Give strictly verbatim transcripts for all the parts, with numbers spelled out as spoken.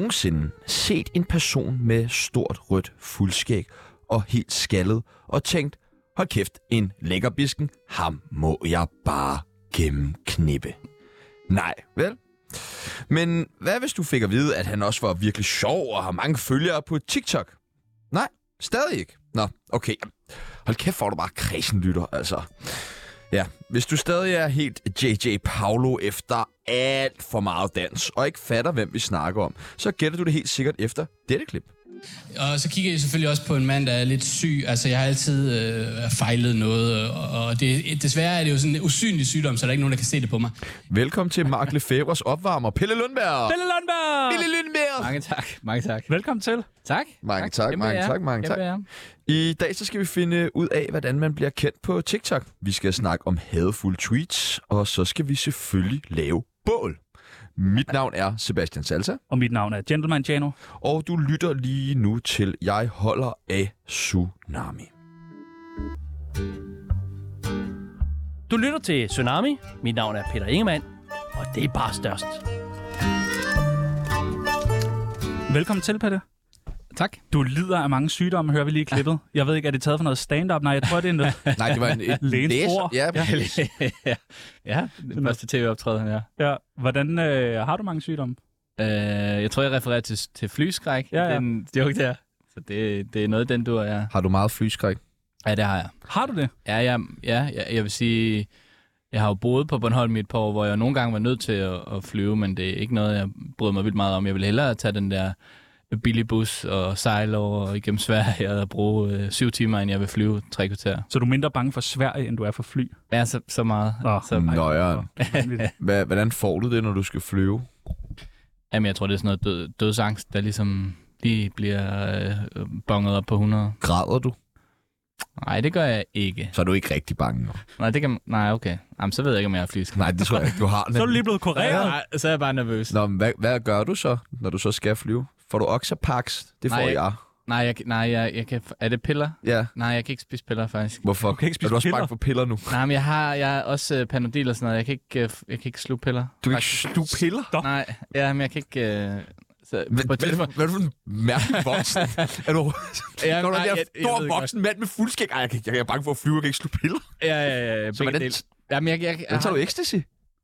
nogensinde set en person med stort rødt fuldskæg og helt skaldet og tænkt, hold kæft, en lækkerbisken, ham må jeg bare gennemknippe? Nej, vel? Men hvad hvis du fik at vide, at han også var virkelig sjov og har mange følgere på TikTok? Nej, stadig ikke. Nå, okay. Hold kæft, får du bare kredsenlytter, altså. Ja, hvis du stadig er helt J J Paulo efter alt for meget dans, og ikke fatter, hvem vi snakker om, så gætter du det helt sikkert efter dette klip. Og så kigger jeg selvfølgelig også på en mand, der er lidt syg. Altså, jeg har altid øh, fejlet noget, og det, desværre er det jo sådan en usynlig sygdom, så der er ikke nogen, der kan se det på mig. Velkommen til Mark Lefebvres opvarmer, Pelle Lundberg! Pelle Lundberg! Pelle Lundberg! Mange tak, mange tak. Velkommen til. Tak. Mange tak, tak mange tak, mange tak. I dag så skal vi finde ud af, hvordan man bliver kendt på TikTok. Vi skal snakke om hadefulde tweets, og så skal vi selvfølgelig lave bål. Mit navn er Sebastian Salsa. Og mit navn er Gentleman Jano. Og du lytter lige nu til Jeg holder af Tsunami. Du lytter til Tsunami. Mit navn er Peter Ingemann, og det er bare størst. Velkommen til, Peter. Tak. Du lider af mange sygdomme, hører vi lige i klippet. Jeg ved ikke, er det taget for noget stand-up? Nej, jeg tror, det er noget... Nej, det var en, et læser. Ja, ja, ja, den første tv-optræden her. Ja, hvordan øh, har du mange sygdomme? Uh, jeg tror, jeg refererer til, til flyskræk. Ja, ja. Den joke der. Så det, det er noget, den du er. Har du meget flyskræk? Ja, det har jeg. Har du det? Ja, jeg, ja jeg, jeg vil sige... Jeg har jo boet på Bornholm i et par år, hvor jeg nogle gange var nødt til at, at flyve, men det er ikke noget, jeg bryder mig vildt meget om. Jeg vil hellere tage den der billig bus og sejle over igennem Sverige og bruge øh, syv timer, end jeg vil flyve tre kvarter. Så du er mindre bange for Sverige, end du er for fly? Ja, så, så meget. Oh, så, nøjeren. Hvordan får du det, når du skal flyve? Jamen, jeg tror, det er sådan noget død, dødsangst, der ligesom lige bliver øh, bonget op på hundrede. Græder du? Nej, det gør jeg ikke. Så er du ikke rigtig bange nu? Nej, det kan, nej, okay. Jamen, så ved jeg ikke, om jeg er flysk. Nej, det tror jeg ikke, du har. Så er du lige blevet kureret? Nej, så er jeg bare nervøs. Nå, men hvad, hvad gør du så, når du så skal flyve? Får du Oxapax? Det får nej, jeg. Nej, jeg, nej jeg, jeg kan... Er det piller? Ja. Nej, jeg kan ikke spise piller, faktisk. Hvorfor? Du kan ikke spise er du også piller? bange for piller nu? Nej, men jeg har jeg er også uh, Panodil og sådan noget. Jeg kan ikke, uh, jeg kan ikke sluge piller. Du kan ikke sluge piller? Stop. Nej, ja, men jeg kan ikke... Uh, så, hvad, hvad, hvad er du for en mærkelig voksen? er du... Ja, Når du er nej, en jeg- stor jeg voksen mand med fuldskæg? Ej, jeg, kan, jeg er bange for at flyve, jeg kan ikke sluge piller. Ja, ja, ja. ja Så hvordan, Jamen, jeg, jeg, jeg, hvordan tager du ecstasy?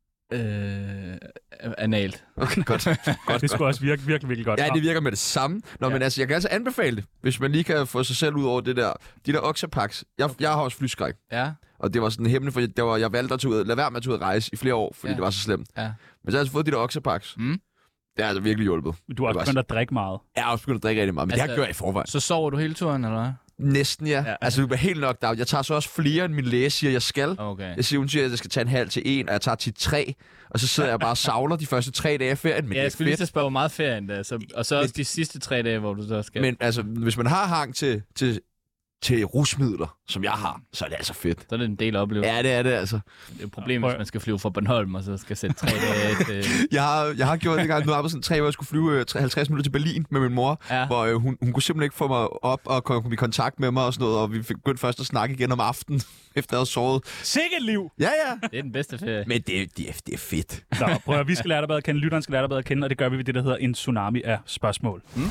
Øh, analt. Okay, godt. godt Det skulle også virke virkelig, virkelig godt. Ja, det virker med det samme. Nå, Ja. men altså, jeg kan altså anbefale det, hvis man lige kan få sig selv ud over det der. De der Oxapax. Jeg, jeg har også flyskræk. Ja, Og det var sådan hemmeligt, for jeg, var, jeg valgte at tage ud, lade være med at tage ud at rejse i flere år, fordi Ja. det var så slemt. ja. Men så har jeg altså fået de der Oxapax. Mm. Det har altså virkelig hjulpet. Du har Det også var begyndt at drikke meget. Jeg har også begyndt at drikke rigtig meget, men altså, det Altså- har jeg gjort i forvejen. Så sover du hele turen, eller hvad? Næsten, ja. Ja. ja. Altså, du bliver helt nok der. Jeg tager så også flere, end min læge siger, jeg skal. Okay. Jeg siger, hun siger, at jeg skal tage en halv til en, og jeg tager til tre. Og så sidder jeg bare og savler de første tre dage af ferien, men Ja, det jeg er skulle lige fedt. til at spørge, hvor meget ferien der er. Så, og så også de sidste tre dage, hvor du så skal. Men altså, hvis man har hang til, til, til rusmidler, som jeg har, så er det altså fedt. Så er det en del oplevelse. Ja, det er det altså. Det er et problem, hvis man skal flyve fra Bornholm, og så skal sætte tre dage til... Jeg har, jeg har gjort det gang, nu arbejdede sådan tre år, jeg skulle flyve øh, halvtreds minutter til Berlin med min mor, Ja. hvor øh, hun, hun kunne simpelthen ikke få mig op og komme i kontakt med mig og sådan noget, og vi fik begyndt først at snakke igen om aftenen, efter jeg havde sovet. Sikkert liv! Ja, ja. Det er den bedste ferie. Men det, det, er, det er fedt. Nå, prøv at, vi skal lære dig bedre at kende, lytteren skal lære dig bedre at kende, og det gør vi ved det, der hedder en tsunami af spørgsmål. Mm.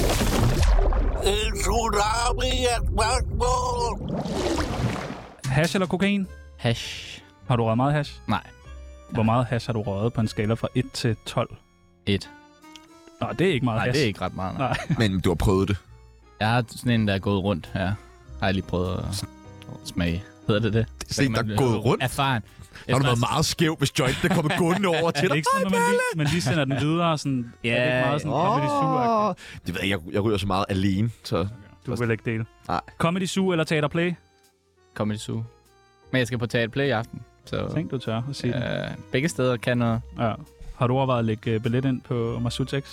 En tsunami af spørgsmål. Hash eller kokain? Hash. Har du røget meget hash? Nej. Hvor meget hash har du røget på en skala fra et til tolv? Et. Nå, det er ikke meget Nej, hash. det er ikke ret meget. Nej. Nej. Men du har prøvet det. Jeg har sådan en, der er gået rundt her. Har jeg lige prøvet at smage. Hedder det det? Det er en, der er gået rundt. Erfaren. Har du været meget skæv, hvis jointen er kommet gående over Er til det dig? ikke sådan, at man lige, man lige sender den videre? Sådan, Ja, er det ikke meget sådan Comedy Zoo-agtigt? Det ved jeg, jeg, jeg ryger så meget alene, så... Du vil ikke dele. Nej. Comedy Zoo eller Teater Play? Comedy Zoo. Men jeg skal på Teater Play i aften. Så Tænk, du tør at sige det. øh, begge steder kan noget. Ja. Har du overvejet at lægge øh, billet ind på Masutex?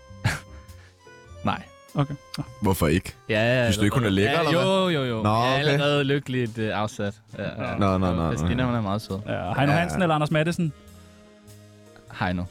Nej. Okay. Nå. Hvorfor ikke? Ja, Synes du ikke, hun er lækker, ja, eller hvad? Jo, jo, jo. Nå, Jeg er okay. allerede lykkeligt øh, afsat. Ja, ja. Nå, nå, nå, Christina, nå. hun er meget sød. Ja, Heino Ja. Hansen eller Anders Mattesen? Hej nu.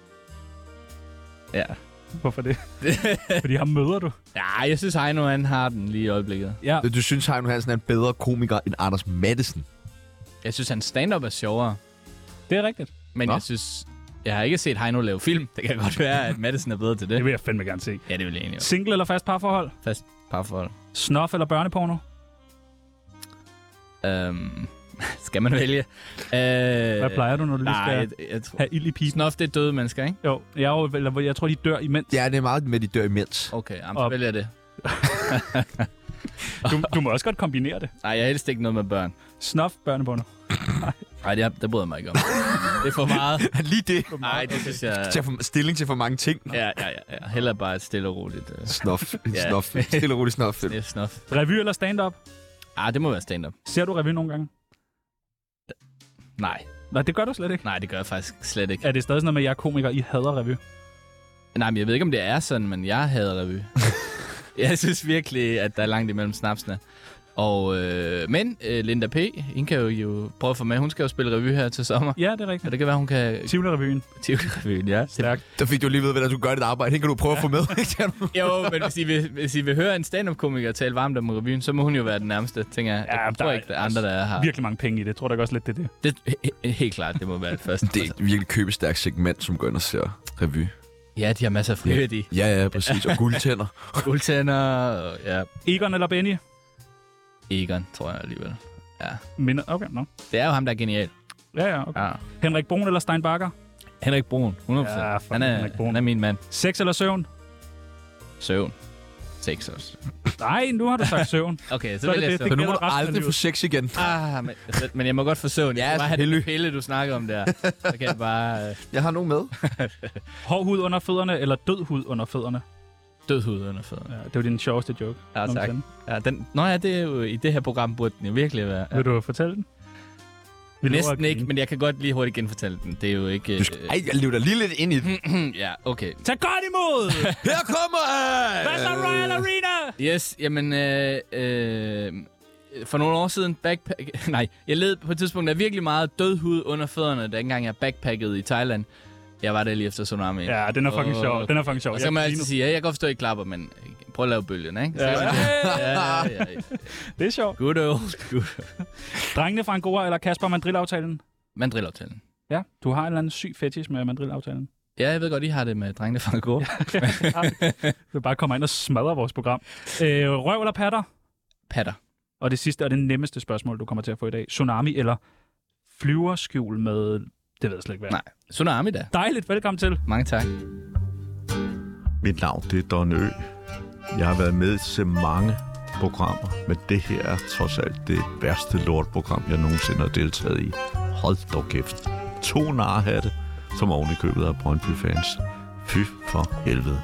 Ja. Hvorfor det? Fordi ham møder du. Ja, jeg synes, Heino, han har den lige i øjeblikket. Ja. Du synes, Heino Hansen er en bedre komiker end Anders Mattesen? Jeg synes, hans stand-up er sjovere. Det er rigtigt. Men Nå. jeg synes, Jeg har ikke set Heino lave film. Det kan godt være, at Madison er bedre til det. Det vil jeg fandme gerne se. Ja, det vil jeg egentlig. Single eller fast parforhold? Fast parforhold. Snuff eller børneporno? Um, skal man vælge? Uh, Hvad plejer du, når du lige nej, skal jeg, jeg tror... have ild i pipen? Snuff, det er døde mennesker, ikke? Jo, jeg, er jo, eller, jeg tror, de dør imens. Ja, det er meget med, de dør imens. Okay, jamen, så Og- vælger jeg det. Du, du må også godt kombinere det. Nej, jeg har helst ikke noget med børn. Snuff, børneporno. Nej, det, er- det bryder jeg mig ikke om. Det er for meget. Lige det. Nej, det synes jeg... Til at få stilling til for mange ting. Ja, ja, ja. ja. Heller bare et stille og roligt. Uh, Snuff. Ja. Snuff. Stille og roligt snuff. det er snuff. Revy eller stand-up? Ah, det må være stand-up. Ser du revy nogle gange? Nej. Nej, det gør du slet ikke. Nej, det gør jeg faktisk slet ikke. Er det stadig sådan noget med, at jeg er komiker, I hader revy? Nej, men jeg ved ikke, om det er sådan, men jeg hader revy. Jeg synes virkelig, at der er langt imellem snapsene. Og, øh, men øh, Linda P., hende kan jo, jo prøve at få med. Hun skal jo spille revy her til sommer. Ja, det er Og rigtigt. det kan være, hun kan... Tivoli-revyen. Tivoli-revyen, ja. Stærkt. Der fik du lige ved, hvordan du gør dit arbejde. Den kan du prøve at få med. Jo, men hvis I, vil, hvis I vil høre en stand-up-komiker tale varmt om revyen, så må hun jo være den nærmeste, tænker jeg. Ja, Jeg tror der ikke, der er andre, der er her. Virkelig mange penge i det. Jeg tror da også lidt, det er det. Det, he- helt klart, det må være det første. Det er et virkelig købestærkt segment, som går ind og ser revy. Ja, de har masser af friværdi. Ja, ja, præcis. Og guldtænder. Guldtænder, og ja, Egon eller Benny? Egon, tror jeg alligevel. Ja. Minder. Okay, no. Det er jo ham, der er genial. Ja, ja, okay. Ja. Henrik Brun eller Stein Bakker? Henrik Brun, hundrede procent. Ja, fuck han, er, Henrik Brun. han er min mand. Sex eller søvn? Søvn. Sex også. Nej, nu har du sagt søvn. Okay, så, Så er vil det jeg det. Så søvn. nu må gælder du resten af aldrig livet. få sex igen. Ah, men, men jeg må godt få søvn. Jeg Ja, skal bare have selvfølgelig. den pille, du snakker om der. Så kan jeg bare... Øh, Jeg har nogen med. Hård hud under fødderne eller død hud under fødderne? død hud under fødderne. Ja, det var din sjoveste joke. Ja, tak. nogensinde. Ja, den, nå ja, det er jo i det her program burde den jo virkelig være. Ja. Vil du fortælle den? Vi lover at Næsten ikke, grine. men jeg kan godt lige hurtigt genfortælle den. Det er jo ikke... Du skal, ej, jeg lever da lige lidt ind i det. ja, okay. Tag godt imod! Her kommer han! Hvad så, Royal Arena? Yes, jamen... Øh, øh, for nogle år siden backpack... Nej, jeg led på et tidspunkt af virkelig meget død hud under fødderne, da engang jeg backpackede i Thailand. Jeg var der lige efter tsunami. Ja, den er fucking Og- sjov. Den er fucking sjov. Og så kan man Jeg altid griner. sige, ja, jeg kan godt forstå, at I klapper, men prøv at lave bølgen, ikke? Så Ja. kan man- ja, ja, ja. Det er sjovt. Good old, good. Drengene fra Angora eller Kasper Mandrill-aftalen? Mandrillaftalen. Ja, du har en eller anden syg fetish med Mandrill-aftalen. Ja, jeg ved godt, I har det med drengene fra Angora. Du vil bare komme ind og smadre vores program. Øh, røv eller patter? Patter. Og det sidste og det nemmeste spørgsmål, du kommer til at få i dag. Tsunami eller flyverskjul med... Det ved jeg slet ikke, hvad. Nej, tsunami da. Dejligt, velkommen til. Mange tak. Mit navn det er Don Ø. Jeg har været med til mange programmer, men det her er trods alt det værste lortprogram, jeg nogensinde har deltaget i. Hold dog kæft. To narhatte, som oven i købet af Brøndby-fans. Fy for helvede.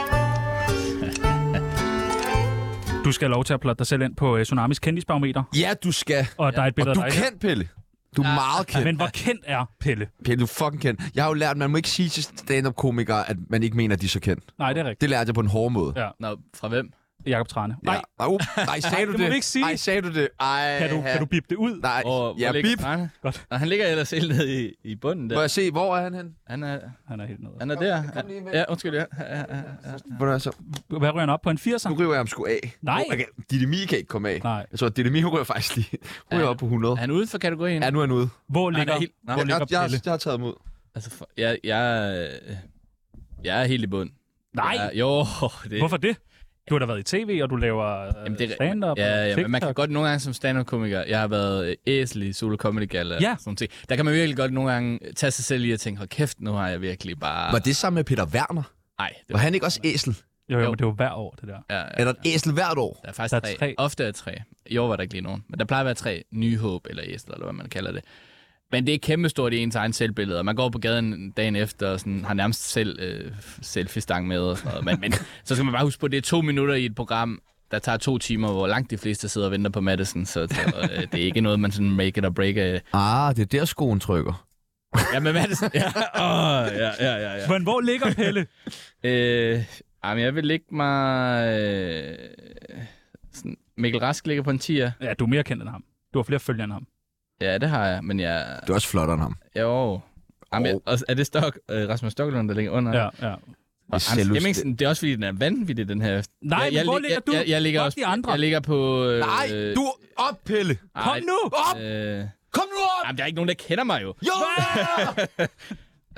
Du skal have lov til at plotte dig selv ind på uh, Tsunamis kendisbarometer. Ja, du skal. Og der er et billede Og du af dig. kendt, Pelle. Du er Ja. meget kendt. Men hvor kendt er Pelle? Pelle, du er fucking kendt. Jeg har jo lært, at man må ikke sige til stand-up-komikere, at man ikke mener, at de er så kendt. Nej, det er rigtigt. Det lærte jeg på en hård måde. Ja. Nå, fra hvem? Jakob Trane. Ja. Nej, Ej, uh, nej, sagde du det det? må du ikke sige. Nej, sagde du det? Ej, kan du, kan du bippe det ud? Nej, Hvor, hvor ja, ligger bip. Trane? Godt. Nå, han ligger ellers helt nede i, i bunden Må der. jeg se, hvor er han hen? Han er, Han er helt nede. han er der. kom lige med. Ja, undskyld, ja. ja, ja, ja. Hvor er så? Hvad ryger han op på? En firser? Nu river jeg ham sgu af. Nej. Okay, Didemi kan ikke komme af. Nej. Jeg tror, Didemi ryger faktisk lige. Ryger Ja. op på hundrede. Er han ude for kategorien? Ja, nu er han ude. Hvor Han er ligger, helt- Nå. hvor Jeg, ligger jeg, jeg, Pelle? jeg har taget imod. Altså, for, jeg, jeg, øh, jeg er helt i bund. Nej, Jeg, jo, det... hvorfor det? Du har da været i tv, og du laver uh, Jamen, det er- stand-up Ja, og ja, men man kan TikTok. godt nogle gange som stand-up-komiker, jeg har været øh, æsel i Solo Comedy Gala Ja. og sådan ting. Der kan man virkelig godt nogle gange tage sig selv i at tænke, hold kæft, nu har jeg virkelig bare... Var det sammen med Peter Werner? Nej, det Var han ikke også æsel? Jo, jo, Jo. men det er jo hver år, det der. Ja, ja, Er der et æsel hvert år? der er faktisk Der er tre. tre. Ofte er tre. I år var der ikke lige nogen. Men der plejer at være tre. Nye håb eller æsel, eller hvad man kalder det. Men det er kæmpestort i ens egen selvbillede, og man går på gaden dagen efter og sådan, har nærmest selv øh, selfie-stang med og sådan noget. Men, men så skal man bare huske på, at det er to minutter i et program, der tager to timer, hvor langt de fleste sidder og venter på Madison. Så, så øh, det er ikke noget, man sådan make it or break. Øh. Ah, det er der skoen trykker. Ja, med Madison. Ja, oh, ja, ja, ja, ja. Men hvor ligger Pelle? Øh, jamen, jeg vil lægge mig... Øh, sådan, Mikkel Rask ligger på en tier. Ja, du er mere kendt end ham. Du har flere følgere end ham. Ja, det har jeg, men jeg... Du er også flottere end ham. Jo. Jamen, jeg, og er det Stok, øh, Rasmus Stokkelund, der ligger under? Ja, ja. Og han, selvudst- jeg mener, sådan, det er også fordi, den er vanvittig, den her. Nej, jeg, men jeg, hvor lig- ligger du? Jeg, jeg, jeg ligger Fuck også, de andre. Jeg ligger på... Øh, Nej, du er op, Pelle! Kom nu! Op! Øh, Kom nu op! jamen, der er ikke nogen, der kender mig jo. Jo!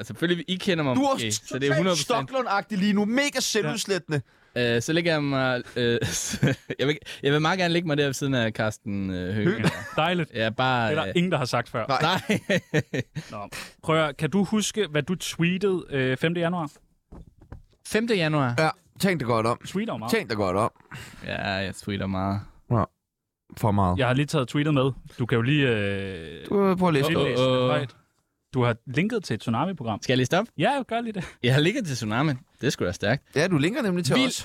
Altså, selvfølgelig, I kender mig Du måske, er så det er hundrede procent. Stoklund-agtig lige nu. Mega selvudslættende. Øh, så ligger jeg mig... Øh, jeg, vil, jeg vil meget gerne ligge mig der ved siden af Carsten øh, Høgh. Dejligt. Ja, bare... Det er der øh, ingen, der har sagt før. Nej. nej. Nå. Prøv at, kan du huske, hvad du tweetede øh, femte januar? femte januar. Ja, tænk dig godt om. Tweeter meget. Tænk dig godt om. Ja, jeg tweeter meget. For meget. Jeg har lige taget tweetet med. Du kan jo lige øh, Du prøv at læse. Åh, indlæse åh, åh. det højt. Du har linket til et Tsunami-program. Skal jeg lige stoppe? Ja, jo, gør lige det. Jeg har ligget til Tsunami. Det skulle da stærkt. Ja, du linker nemlig til Vild. os.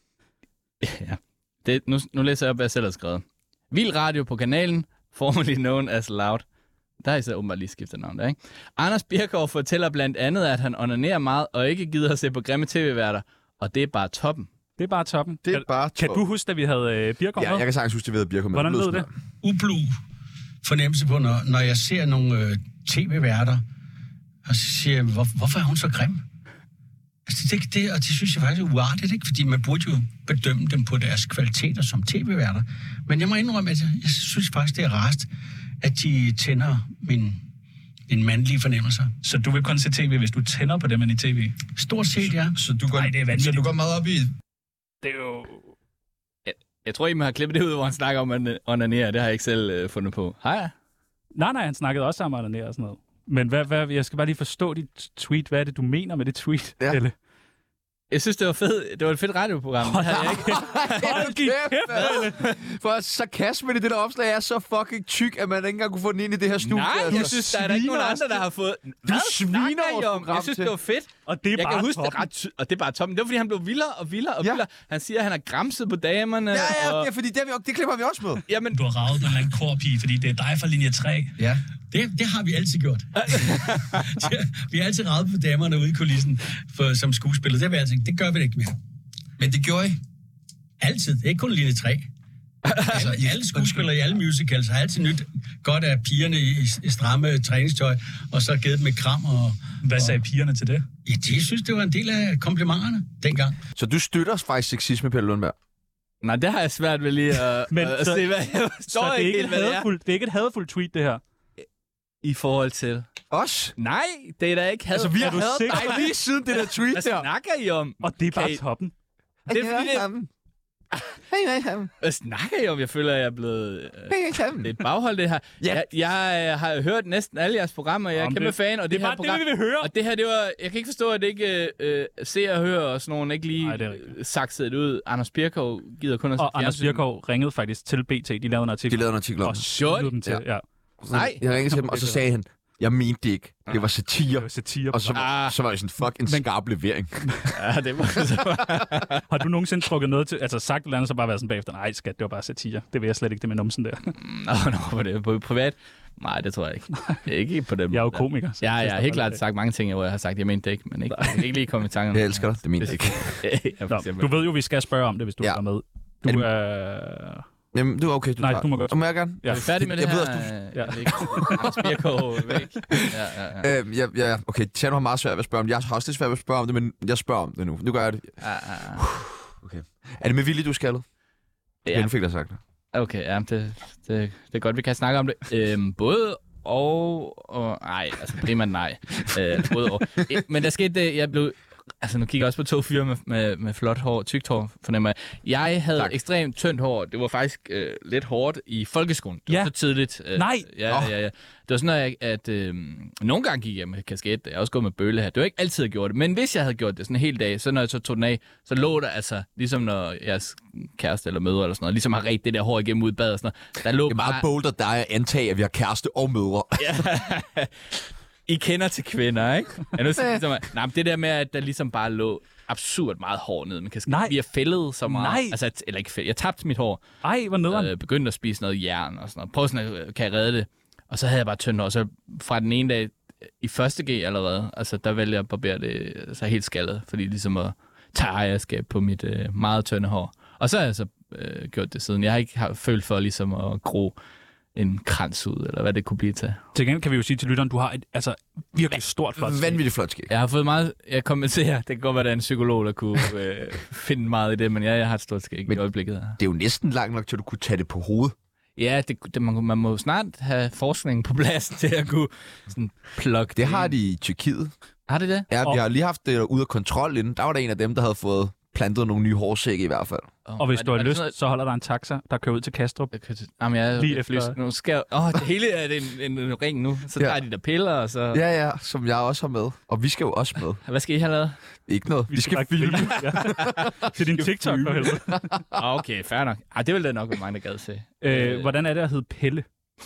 Ja. Det, nu, nu læser jeg op, hvad jeg selv har skrevet. Vild radio på kanalen, formerly known as Loud. Der har I så åbenbart lige skiftet navn der, ikke? Anders Birkov fortæller blandt andet, at han onanerer meget og ikke gider at se på grimme tv-værter. Og det er bare toppen. Det er bare toppen. Det er kan, bare kan top. du huske, da vi havde øh, Birkov Ja, med? jeg kan sagtens huske, det ved at Birker med. Hvordan lød det? ublu fornemmelse på, når, når jeg ser nogle øh, tv-værter, og så siger jeg, Hvor, hvorfor er hun så grim? Altså, det, det, og det synes jeg faktisk er uartigt, ikke? Fordi man burde jo bedømme dem på deres kvaliteter som tv-værter. Men jeg må indrømme, at jeg, jeg synes faktisk, det er rarest, at de tænder min, min mandlige fornemmelser. Så du vil kun se tv, hvis du tænder på dem i tv? Stort set, ja. Så du går, Ej, det er så vanvittigt. du går meget op i... Det er jo... Jeg tror, I må have klippet det ud, hvor han snakker om at onanere. Det har jeg ikke selv øh, fundet på. Hej. Nej, nej, han snakkede også om at og sådan noget. Men hvad, hvad, jeg skal bare lige forstå dit tweet. Hvad er det, du mener med det tweet? Ja. Eller? Jeg synes, det var fedt. Det var et fedt radioprogram. Det havde jeg ikke. Hold kæft, For sarkasmen i det der opslag er så fucking tyk, at man ikke engang kunne få den ind i det her studie. Nej, jeg Altså, synes, der er der ikke nogen sviner andre, der har fået... Du sviner snakker I vores om? program Jeg synes, til. det var fedt. Og det er Jeg bare kan huske det toppen. ret ty- og det er bare toppen. Det var, fordi han blev vildere og vildere og Ja. vildere. Han siger, at han har gramset på damerne. Ja, ja, og... det er fordi, det, er vi, det klipper vi også med. Jamen, Du har ravet den anden korpige, fordi det er dig fra linje tre. Ja, det, det har vi altid gjort. Vi har altid ravet på damerne ude i kulissen for, som skuespiller. Det, har vi altid, det gør vi ikke mere. Men det gjorde I. Altid. Ikke kun linje tre. Altså, i alle skuespillere i alle musicals har altid nyt godt af pigerne i, i stramme træningstøj, og så givet dem et kram. Og, Hvad sagde pigerne til det? ja, det synes det var en del af komplimenterne dengang. Så du støtter faktisk sexisme, Pelle Lundberg? nej, det har jeg svært ved lige at, Men at så- se, hvad jeg Så forstår det er, ikke ikke helt, et hvad det er. hadefuldt, det er ikke et hadefuldt tweet, det her. I forhold til... Os? Nej, det er da ikke had. Altså, vi har du hadet sikker? dig lige siden det der tweet Hvad der. snakker I om? Og det er bare Kan I- toppen. Det er fordi, det... sammen. Hej, hej, sammen. Hvad snakker I om? Jeg føler, at jeg er blevet... Øh, Hej, sammen. det er et baghold, det her. Ja. Jeg, jeg øh, har hørt næsten alle jeres programmer. Jeg er Jamen, kæmpe det- fan, og det, det er her bare program... det, vi vil høre. Og det her, det var... Jeg kan ikke forstå, at det ikke øh, ser og hører og sådan nogen ikke lige Nej, det er rigtigt. øh, saksede det ud. Anders Birkov gider kun at se Og Anders fjernsyn. Birkov ringede faktisk til B T. De lavede en artikel. De lavede en artikel om og det. skyldte dem til. Ja. Ja. Nej. Jeg ringede til dem, og så sagde han, jeg mente det ikke. Det var satire. Det var satire. Og så, Ah. så var det sådan, fuck, en skarp levering. Ja, det var så... Har du nogensinde trukket noget til, altså sagt et eller andet, så bare været sådan bagefter, nej skat, det var bare satire. Det vil jeg slet ikke, det med numsen der. Nå, nå, var det på privat? Nej, det tror jeg ikke. Ikke på dem. Jeg er jo komiker. så Ja, jeg jeg har tester helt bare klart lidt. sagt mange ting, hvor jeg har sagt, jeg mente det ikke, men ikke, jeg kan ikke lige komme i tanke. Jeg elsker dig, det mente jeg ikke. ja, for Nå, eksempel. du ved jo, vi skal spørge om det, hvis du Ja. er med. Er Du det- er... Jamen, du er okay. Du Nej, tager- du må godt. Må jeg gerne? Ja. Er vi færdige med det Jeg her? ved, at Ja. Ja. Anders Birkov væk. Ja, ja, ja. Øhm, ja, ja, okay. Tjerno har meget svært ved at spørge om det. Jeg har også lidt svært ved at spørge om det, men jeg spørger om det nu. Nu gør jeg det. ja, ja. Okay. Er det med vilje, du er skaldet? Ja. Ja. fik jeg sagt det. Okay, ja, det, det, det er godt, vi kan snakke om det. Øhm, både og... og nej, altså primært nej. Øh, både og. Øh, Men der skete det, jeg blev... Altså, nu kigger jeg også på to fyre med, med, med flot hår, tykt hår, fornemmer jeg. Jeg havde Tak. ekstremt tyndt hår. Det var faktisk øh, lidt hårdt i folkeskolen. Det var Ja. så tidligt. Øh, Nej. Ja, Åh. ja, ja. Det var sådan, at, at øh, nogle gange gik jeg med kasket. Jeg har også gået med bølle her. Det var ikke altid, jeg gjorde det. Men hvis jeg havde gjort det sådan en hel dag, så når jeg så tog den af, så lå der altså, ligesom når jeres kæreste eller mødre eller sådan noget, ligesom har ret det der hår igennem ud i bad og sådan noget. Der lå Det er meget bare- bold af dig at antage, at vi har kæreste og mødre. I kender til kvinder, ikke? Ja, nu siger jeg, nej, men det der med, at der ligesom bare lå absurd meget hår nede. Man kan Nej. Vi har fældet så meget. Nej. Altså, at- eller ikke fældet. Jeg tabte mit hår. Ej, hvor nederen. Og øh, begyndte at spise noget jern og sådan noget. Prøv sådan, at, kan jeg redde det? Og så havde jeg bare tyndt hår. Og så fra den ene dag, i første G allerede, altså der valgte jeg at barbere det så helt skaldet. Fordi ligesom at tage ejerskab på mit øh, meget tynde hår. Og så har jeg så øh, gjort det siden. Jeg har ikke har, følt for ligesom at gro en krans ud, eller hvad det kunne blive til. Til gengæld kan vi jo sige til lytteren, du har et altså, virkelig stort flot skæg. Vanvittigt flot skæg. Jeg har fået meget... Jeg kommenterer. Det kan godt være, at der er en psykolog, der kunne øh, finde meget i det, men jeg, jeg har et stort skæg i øjeblikket her. Det er jo næsten langt nok til, at du kunne tage det på hovedet. Ja, det, det, man, man må jo snart have forskningen på plads til at kunne sådan plukke Det har de i Tyrkiet. Har det det? Ja, Og- vi har lige haft det ude af kontrol inden. Der var der en af dem, der havde fået plantet nogle nye hårsække i hvert fald. Og hvis er du det- har er det lyst, sådan så holder der en taxa, der kører ud til Kastrup. noget- Jeg kan- Jamen, jeg er Lige lidt efter- lyst. Nu skal jeg... Åh, det hele er det en, en, en ring nu. Så Ja. tager de der piller, og så... Ja, ja, som jeg også har med. Og vi skal jo også med. Hvad skal I have lavet? Ikke noget. Vi, vi skal bare filme. grine. Ja. Det er din TikTok for helvede. Ah, okay, fair nok. Ej, det ville da nok være mange, der gad se. Øh, hvordan er det at hedde Pelle?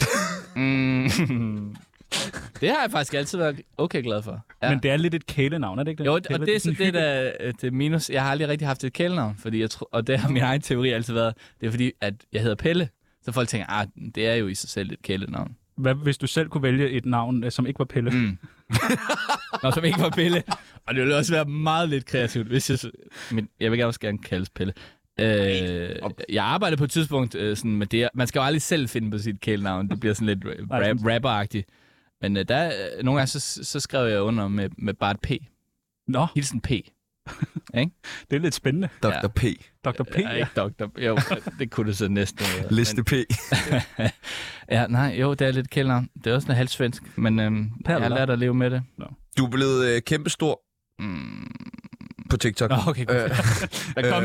Mm. Det har jeg faktisk altid været okay glad for. Ja. Men det er lidt et kælenavn, er det ikke det? Jo, Pelle, og det er så sådan det, hygge- der det er minus. Jeg har aldrig rigtig haft et kælenavn, fordi jeg tror, og det har min egen teori altid været, det er fordi, at jeg hedder Pelle. Så folk tænker, ah, det er jo i sig selv et kælenavn. Hvad, hvis du selv kunne vælge et navn, øh, som ikke var Pelle? Mm. Nå, som ikke var Pelle. Og det ville også være meget lidt kreativt, hvis jeg... Men jeg vil også gerne kaldes Pelle. Øh, jeg arbejdede på et tidspunkt øh, sådan med det. Man skal jo aldrig selv finde på sit kælenavn. Det bliver sådan lidt rap, rapper-agtigt. Men øh, der, øh, nogle gange så, så skrev jeg under med, med bare et P. Nå, Hilsen P. det er lidt spændende. doktor P. doktor P, Ja, ja. ikke doktor. Jo, det kunne det så næsten være. Liste P. Ja, nej, jo, det er lidt kælenavn. Det er også noget halvsvensk, men øhm, jeg har lært at leve med det. Du er blevet øh, kæmpestor Mm. på TikTok. Nå, okay, godt. Øh, Der kom øh,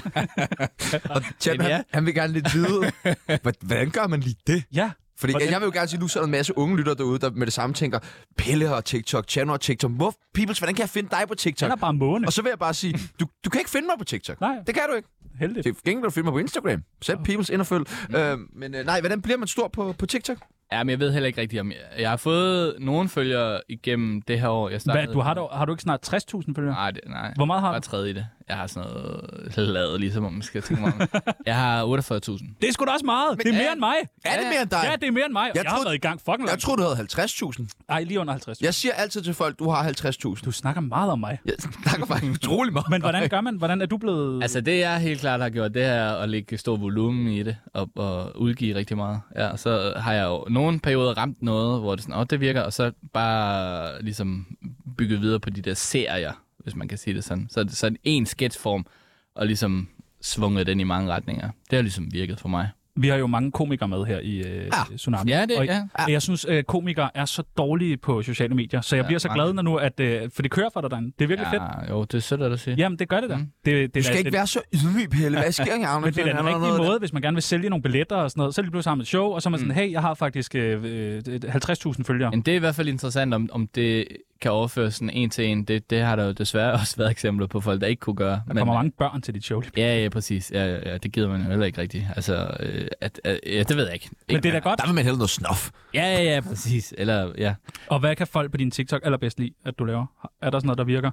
og Chan, Men ja. han, han vil gerne lidt vide, Hva- hvordan gør man lige det? Ja, Fordi Hvordan- jeg, jeg vil jo gerne sige, nu sidder der en masse unge lytter derude, der med det samme tænker, Pelle og TikTok, Chan og TikTok. Hvor, peoples, hvordan kan jeg finde dig på TikTok? han er bare måne. Og så vil jeg bare sige, du, du kan ikke finde mig på TikTok. Nej. Det kan du ikke. Heldigt. Til gengæld kan du finde mig på Instagram. Sæt peoples ind og følg. Mm. Øh, men øh, nej, hvordan bliver man stor på, på TikTok? Ja, men jeg ved heller ikke rigtigt, om jeg, jeg har fået nogle følgere igennem det her år. Jeg startede, Hvad, du har, dog, har du ikke snart tres tusind følgere? Nej, det, nej. Hvor meget har Jeg er du? tredje i det. Jeg har sådan noget lavet, ligesom om man skal tænke mig om. Jeg har otteogfyrre tusind. Det er sgu da også meget. Det er mere end mig. Er det mere end dig? Ja, det er mere end mig. Jeg, jeg har troede- været i gang fucking Jeg langt. troede, du havde halvtreds tusind. Nej, lige under halvtreds. Jeg siger altid til folk, du har halvtreds tusind. Du snakker meget om mig. Jeg snakker faktisk utrolig meget. Men hvordan gør man? Hvordan er du blevet... Altså, det jeg helt klart har gjort, det er at lægge stor volumen i det, og, og udgive rigtig meget. Ja, og så har jeg jo nogle perioder ramt noget, hvor det sådan, åh, det virker, og så bare ligesom bygget videre på de der serier, hvis man kan sige det sådan. Så, så en sketchform, og ligesom svunget den i mange retninger. Det har ligesom virket for mig. Vi har jo mange komikere med her i øh, Ja. Tsunami. Ja, det- og ja. jeg, jeg synes, øh, komikere er så dårlige på sociale medier, så jeg Ja, bliver så mange. glad når nu, at, øh, for det kører for dig derinde. Det er virkelig fedt. Ja, jo, det er sødt at du siger. Jamen, det gør det da. Mm. Det, det, Du skal er- ikke det, være så ydmyg, Pelle. Hvad sker der? Men det er da den rigtige måde, hvis man gerne vil sælge nogle billetter og sådan noget. Så er det pludselig sammen et show, og så er man sådan, hey, jeg har faktisk øh, øh, halvtreds tusind følgere. Men det er i hvert fald interessant, om, om det kan overføres sådan en til en. Det, det har der jo desværre også været eksempler på folk, der ikke kunne gøre. Der kommer mange børn til dit show. Ja, ja, præcis. Ja, ja, ja, det gider man jo heller ikke rigtigt. Altså, øh, at, at, ja, det ved jeg ikke. Men det er da godt. Der vil man hellere noget snof. Ja, ja, ja, præcis. Eller, ja. Og hvad kan folk på din TikTok allerbedst lide, at du laver? Er der sådan noget, der virker?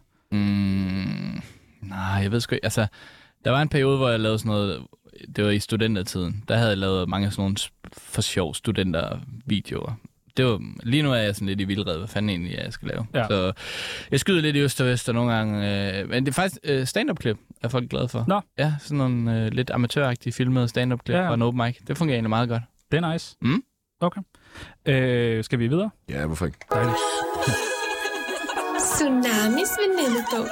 Mm, nej, jeg ved sgu ikke. Altså, der var en periode, hvor jeg lavede sådan noget, det var i studentertiden. Der havde jeg lavet mange sådan nogle for sjov studentervideoer. Det var, lige nu er jeg sådan lidt i vildred, hvad fanden egentlig jeg skal lave. Ja. Så jeg skyder lidt i øst og vest og nogle gange. Øh, men det er faktisk øh, stand-up-klip, er folk glade for. Nå. Ja, sådan nogle øh, lidt amatøragtige filmede stand-up-klip Ja, ja, ja. fra en open mic. Det fungerer egentlig meget godt. Det er nice. Mm. Okay. Øh, skal vi videre? Ja, hvorfor ikke? Dejligt. Tsunamis venindebog.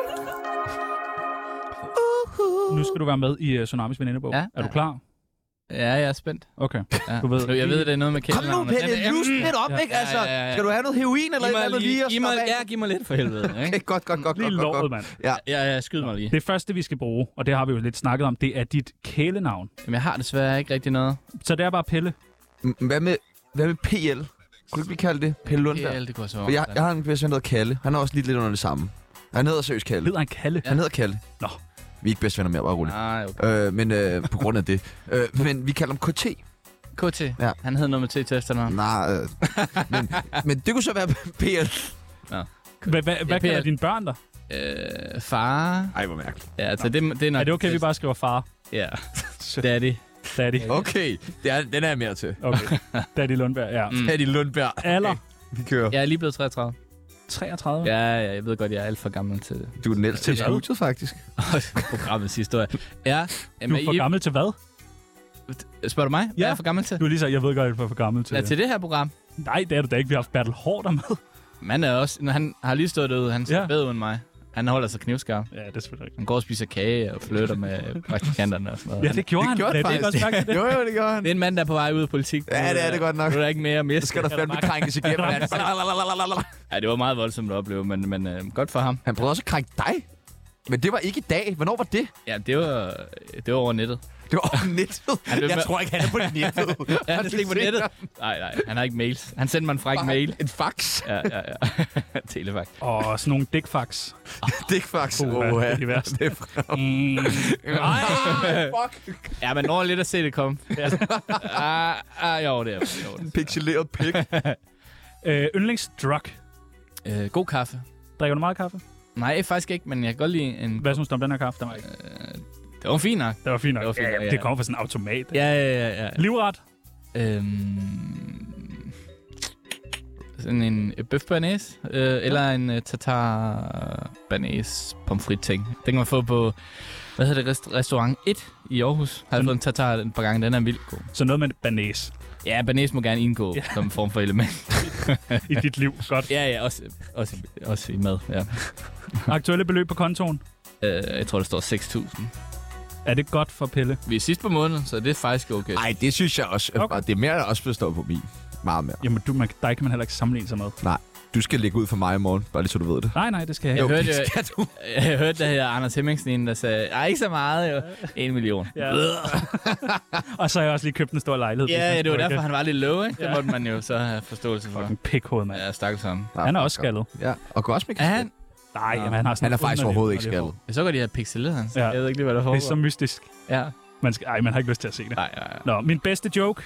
Nu skal du være med i uh, Tsunamis venindebog. Ja, er du ja. klar? Ja, jeg er spændt. Okay. Ja. Du ved- jeg ved, det er noget med Kom nu, kælderen. Pelle, lus lidt op, Ja. ikke? Altså, Ja, ja, ja. skal du have noget heroin eller et Giv eller mig andet lige lige, at giv mig, slappe af? ja, giv mig lidt for helvede. Ikke? Okay, godt, godt, godt, Lige godt, godt, låret, godt. mand. Ja. Ja, ja, skyd mig lige. Det første, vi skal bruge, og det har vi jo lidt snakket om, det er dit kælenavn. Jamen, jeg har desværre ikke rigtig noget. Så det er bare Pelle. M- Hvad med, hvad med P L? Kunne du ikke lige kalde det? Pelle Lundberg? Ja, det kunne så For jeg, jeg har en bedste ven, der hedder Kalle. Han er også lige lidt under det samme. Han hedder seriøst Kalle. Hedder han Kalle? Han hedder Kalle. Nå. Vi er ikke bedste venner mere, bare roligt. Nej, okay. Øh, men øh, på grund af det. Øh, men vi kalder ham K T. K T. Ja. Han hed noget med T til efternavn. Nej, øh, men, men det kunne så være P L. Hvad, hvad, hvad Ja, kalder P L. dine børn der? Øh, far. Ej, hvor mærkeligt. Ja, altså, det, det er nok... Er det okay, vi bare skriver far? Ja. Daddy. Daddy. Okay, det er, den er jeg mere til. Okay. Daddy Lundberg, ja. Mm. Daddy Lundberg. Alder? Vi kører. Jeg er lige blevet treogtredive. treogtredive? Ja, ja, jeg ved godt, jeg er alt for gammel til Du er den ældste til Til studiet, faktisk. programmets historie. Ja, Du jamen, er for gammel til hvad? I, spørger du mig? Hvad Ja. er jeg for gammel til? Du er lige så, jeg ved godt, at du er for gammel til Ja, det. til det her program. Nej, det er du da ikke. Vi har haft Bertel Hårder med. Man er også... Når han har lige stået derude, han Ja. er bedre end mig. Han holder sig knivskarp. Ja, det er selvfølgelig Han går og spiser kage og flytter med praktikanterne og sådan noget. Ja, det gjorde han. gjorde Det, han det, det, faktisk. det, Jo, jo, det gjorde han. Det er en mand, der er på vej ud af politik. Ja, det er det godt nok. Nu er der ikke mere at miste. Så skal der fandme krænkes igennem. Ja, det var meget voldsomt at opleve, men, men øh, godt for ham. Han prøvede også at krænke dig. Men det var ikke i dag. Hvornår var det? Ja, det var, det var over nettet. Det var over nettet. Han blev Jeg med- tror ikke, han er på nettet. Ja, han er slet ikke på nettet. Nej, nej, han har ikke mails. Han sendte mig en fræk mail. En fax. Ja, ja, ja. Telefax. Og sådan nogle dickfax. Dickfax. Puh, Åh, det ja. er de værste. Det er frem. Mm. Ej, fuck. Ja, man når lidt at se det komme. ah, ah, jo, det er jo, det. Pixeleret pik. øh, yndlingsdrug. Øh, god kaffe. Drikker du meget kaffe? Nej, faktisk ikke, men jeg kan godt lide en... Hvad synes du om den her kaffe? Den var ikke. Øh, det var fint nok. Det var fint nok. Det var fint ja, nok, ja, ja. det kommer fra sådan en automat. Ja, ja, ja. ja. Livret. Øhm, sådan en bøf bearnaise, øh, eller en uh, tartar bearnaise pomfrit ting. Den kan man få på, hvad hedder det, rest- restaurant et i Aarhus. Har jeg fået en tartar et par gange, den er vildt god. Så noget med banæs Ja, bearnaise må gerne indgå ja. som en form for element. i dit liv. Godt. Ja, ja, også, også, også i mad, ja. Aktuelle beløb på kontoen. Øh, jeg tror, der står seks tusind. Er det godt for Pelle? Vi er sidst på måneden, så det er faktisk okay. Nej, det synes jeg også. Okay. Det er mere, der også består på min. Meget mere. Jamen, du, man, dig kan man heller ikke sammenligne sig med. Nej, du skal lægge ud for mig i morgen, bare lige så du ved det. Nej, nej, det skal jeg Jeg ikke. hørte, det jeg, skal du. jeg hørte, der hedder Anders Hemmingsen, der sagde, ej, ikke så meget, jo. En million. Ja. Og så har jeg også lige købt en stor lejlighed. Ja, ja, det var Hvis man derfor, han var lidt low, ikke? Det Ja. måtte man jo så have forståelse for. Fucking pikhoved, mand. Ja, stakkels ham. Han er også skaldet. Ja, og går også med Er han? Nej, jamen, han har sådan Han er faktisk underlig- overhovedet ikke underlig skaldet. Jeg så godt, de her pixeleret hans. Ja. Jeg ved ikke lige, hvad der hår. foregår. Det er så mystisk. Ja. Man skal, ej, man har ikke lyst til at se det. Nej, nej, nej. Nå, min bedste joke.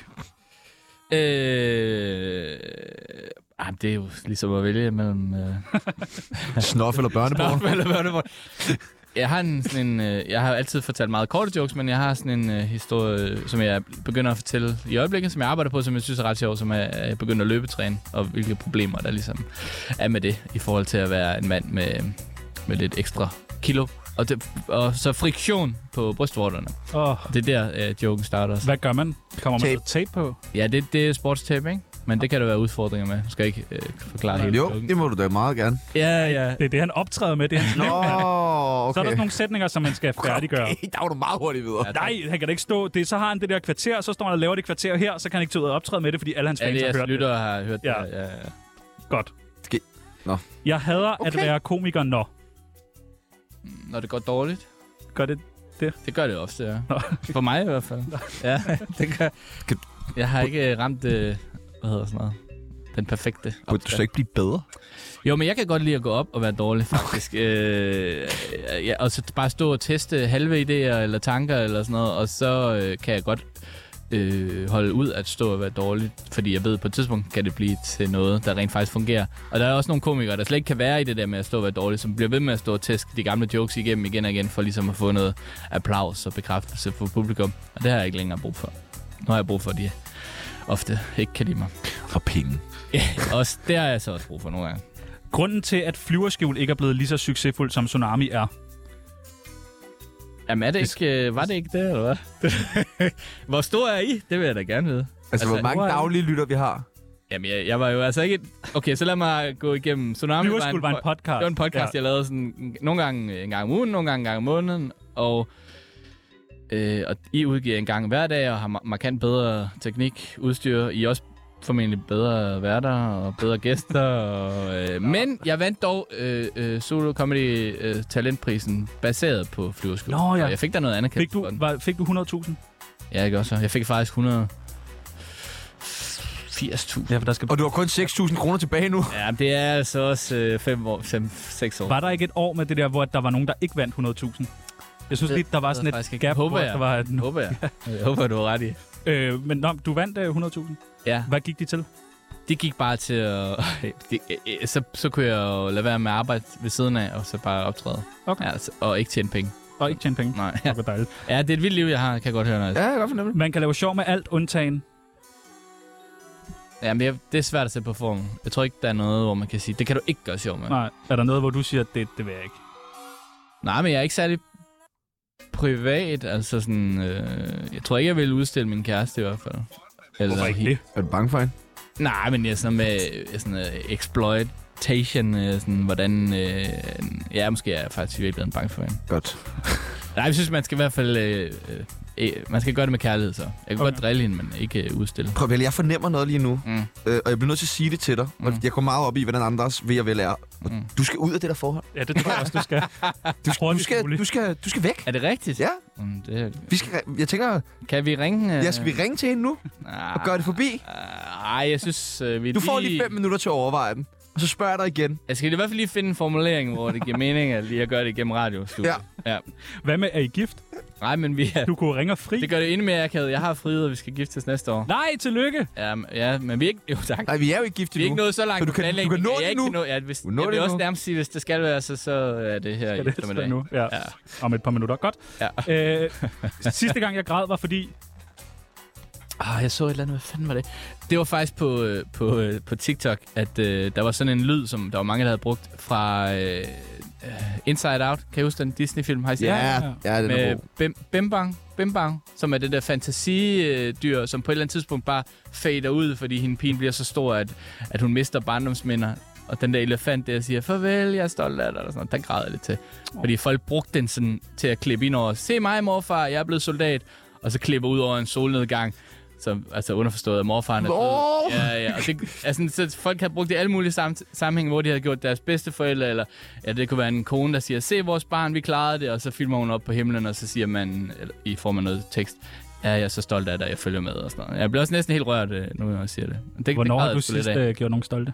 Øh... Ah, det er jo ligesom at vælge mellem... Øh... Snof eller børneborn. Snof eller børneborn. Jeg har, en, sådan en, øh, jeg har altid fortalt meget korte jokes, men jeg har sådan en øh, historie, som jeg begynder at fortælle i øjeblikket, som jeg arbejder på, som jeg synes er ret sjov, som er, at jeg begynder at løbetræne, og hvilke problemer der ligesom er med det, i forhold til at være en mand med, med lidt ekstra kilo. Og, det, og så friktion på brystvorterne. Oh. Og det er der, øh, joken starter. Hvad gør man? Kommer man Tape. med tape på? Ja, det, det er sportstape, ikke? Men det kan der være udfordringer med. Du skal ikke øh, forklare det hele. Jo, det må du da meget gerne. Ja, ja. Det er det, han optræder med. Det er hans Nå, liv. okay. Så er der sådan nogle sætninger, som man skal færdiggøre. Okay, der var du meget hurtigt videre. Ja, Nej, han kan da ikke stå. Det, så har han det der kvarter, så står han og laver det kvarter her, så kan han ikke tage ud og optræde med det, fordi alle hans Ja, fans det har er hørt det. lytter har hørt Ja. det. Ja, ja. Godt. Skal... Nå. Jeg hader okay. at Okay. være komiker, når. Når det går dårligt. Gør det? Det gør det ofte, ja. Nå. For mig i hvert fald. Ja, det gør. Jeg har ikke ramt, øh, hvad hedder sådan noget, den perfekte Burde du så ikke blive bedre? Jo, men jeg kan godt lide at gå op og være dårlig, faktisk. øh, ja, og så bare stå og teste halve idéer eller tanker eller sådan noget, og så øh, kan jeg godt øh, holde ud at stå og være dårlig, fordi jeg ved, på et tidspunkt kan det blive til noget, der rent faktisk fungerer. Og der er også nogle komikere, der slet ikke kan være i det der med at stå og være dårlig, som bliver ved med at stå og tæske de gamle jokes igennem igen og igen, for ligesom at få noget applaus og bekræftelse fra publikum. Og det har jeg ikke længere brug for. Nu har jeg brug for, at de ofte ikke kan lide mig. Og penge. Ja, også, det har jeg så også brug for nogle gange. Grunden til, at flyverskjul ikke er blevet lige så succesfuld som Tsunami er. Jamen er det ikke, øh, var det ikke det, eller hvad? Hvor stor er I? Det vil jeg da gerne vide. Altså, Altså, hvor mange hvor er- daglige lytter vi har? Jamen, jeg, jeg var jo altså ikke... Okay, så lad mig gå igennem. Tsunami Flyverskjul var en po- podcast. Det var en podcast, ja. Jeg lavede sådan nogle gange en gang om ugen, nogle gange en gang om måneden, og, øh, og I udgiver en gang hver dag, og har ma- markant bedre teknik, udstyr. I er også formentlig bedre værter og bedre gæster. Og, øh, men jeg vandt dog øh, øh, Solo Comedy øh, Talentprisen baseret på Flyverskjul. Nå, ja. Og jeg fik der noget anerkendt. Fik du, var, fik du hundrede tusind? Ja, jeg også. Jeg fik faktisk hundrede firs tusind. Ja, for der skal... Og du har kun seks tusind kroner tilbage nu. Ja, det er altså også øh, fem år, fem, seks år. Var der ikke et år med det der, hvor der var nogen, der ikke vandt hundrede tusind? Jeg synes Det- lige, der var det sådan ved jeg faktisk et ikke. gap, Håber hvor jeg. der var... Det håber jeg. Jeg håber, du har ret i. Øh, men nå, du vandt øh, hundrede tusind. Ja, Hvad gik de til? det gik bare til at... det, øh, så, så kunne jeg jo lade være med at arbejde ved siden af, og så bare optræde. Okay. Ja, altså, og ikke tjene penge. Og ikke tjene penge. Nej. Det var dejligt. Ja, det er et vildt liv, jeg har, kan jeg godt høre. Når jeg... Ja, jeg kan godt fornemme det. Man kan lave sjov med alt undtagen. Ja, men jeg, det er svært at sætte på formen. Jeg tror ikke, der er noget, hvor man kan sige, det kan du ikke gøre sjov med. Nej. Er der noget, hvor du siger, det, det vil jeg ikke? Nej, men jeg er ikke særlig privat. Altså sådan... Øh, jeg tror ikke, jeg vil udstille min kæreste i hvert fald. Eller Hvorfor ikke det? Er du bange for hende? Nej, men jeg er sådan noget med sådan, uh, exploit Taschen, øh, sådan, hvordan... Øh, ja, måske er jeg faktisk virkelig blevet bange for hende. Godt. Nej, jeg synes, man skal i hvert fald... Øh, øh, man skal gøre det med kærlighed, så. Jeg kan okay. godt drille hende, men ikke øh, udstille. Prøv vel, jeg fornemmer noget lige nu, mm. øh, og jeg bliver nødt til at sige det til dig. Mm. Jeg går meget op i, hvordan andres ved at vel er. Mm. Du skal ud af det der forhold. Ja, det tror jeg også, du skal. Du skal, du skal, du skal, du skal væk. Er det rigtigt? Ja. Mm, det... Vi skal, jeg tænker... Kan vi ringe? Ja, skal vi ringe til hende nu? Ah, og gøre det forbi? Nej, jeg synes... Øh, vi du får lige... lige fem minutter til at overveje den. Og så spørger jeg dig igen. Jeg skal i hvert fald lige finde en formulering, hvor det giver mening at lige at gøre det igennem radio. Ja. ja. Hvad med, er I gift? Nej, men vi er... Du kunne ringe fri. Det gør det endnu mere akavet. Jeg har friet, og vi skal giftes næste år. Nej, tillykke! Ja, ja, men vi er ikke... Jo, tak. Nej, vi er jo ikke gift endnu. Vi er ikke nået så langt. Så du kan, du kan nå det nu? Nå, ja, hvis, jeg vil også nærmest sige, hvis det skal være, så, så er det her i eftermiddag. Nu? Ja. ja. Om et par minutter. Godt. Ja. Øh, sidste gang, jeg græd, var fordi... Ah, jeg så et eller andet. Hvad fanden var det? Det var faktisk på, på, på TikTok, at øh, der var sådan en lyd, som der var mange, der havde brugt fra øh, Inside Out. Kan I huske den Disney-film? Har I set ja, den? Ja, den med er god. Bim, Bimbang, Bimbang, som er det der fantasidyr, som på et eller andet tidspunkt bare fader ud, fordi hende pigen bliver så stor, at, at hun mister barndomsminder. Og den der elefant der siger, farvel, jeg er stolt af dig, og sådan noget. Den græder jeg lidt til. Oh. Fordi folk brugte den sådan til at klippe ind over, se mig, morfar, jeg er blevet soldat. Og så klipper ud over en solnedgang. Så, altså underforstået, at morfaren er død. Ja, ja. Og det, altså, så folk har brugt det i alle mulige sam- sammenhænge, hvor de har gjort deres bedste forældre, eller ja, det kunne være en kone, der siger, se vores barn, vi klarede det, og så filmer hun op på himlen, og så siger man, eller, i form af noget tekst, ja, jeg er så stolt af dig, jeg følger med, og sådan noget. Jeg bliver også næsten helt rørt, nu jeg siger det. det Hvornår det har du sidst uh, gjort nogen stolte?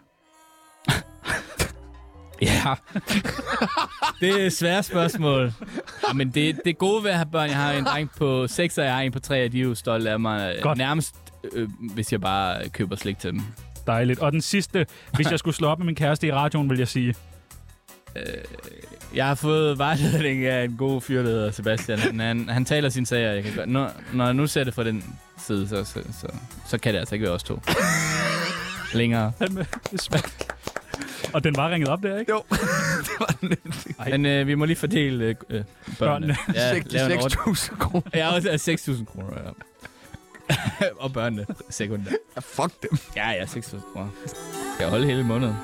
Ja, det er et svært spørgsmål. Ja, men det, det gode ved at have børn, jeg har en dreng på seks, og jeg har en på tre, og de er jo stolte af mig. Godt. Nærmest, øh, hvis jeg bare køber slik til dem. Dejligt. Og den sidste, hvis jeg skulle slå op med min kæreste i radioen, vil jeg sige... Øh, jeg har fået vejledning af en god fyr, der hedder Sebastian. Han, han, han taler sine sager. Jeg kan gøre. Når, når jeg nu ser det fra den side, så, så, så, så kan det altså ikke være os to. Længere. Det er svært. Og den var ringet op der, ikke? Jo, det var den. Men øh, vi må lige fordele øh, børnene. børnene. Ja, seks tusind kroner. Ja, også seks tusind kroner, ja. Og børnene, sekundær. Ja, fuck dem. Ja, ja, seks tusind kroner. Jeg holde hele måneden.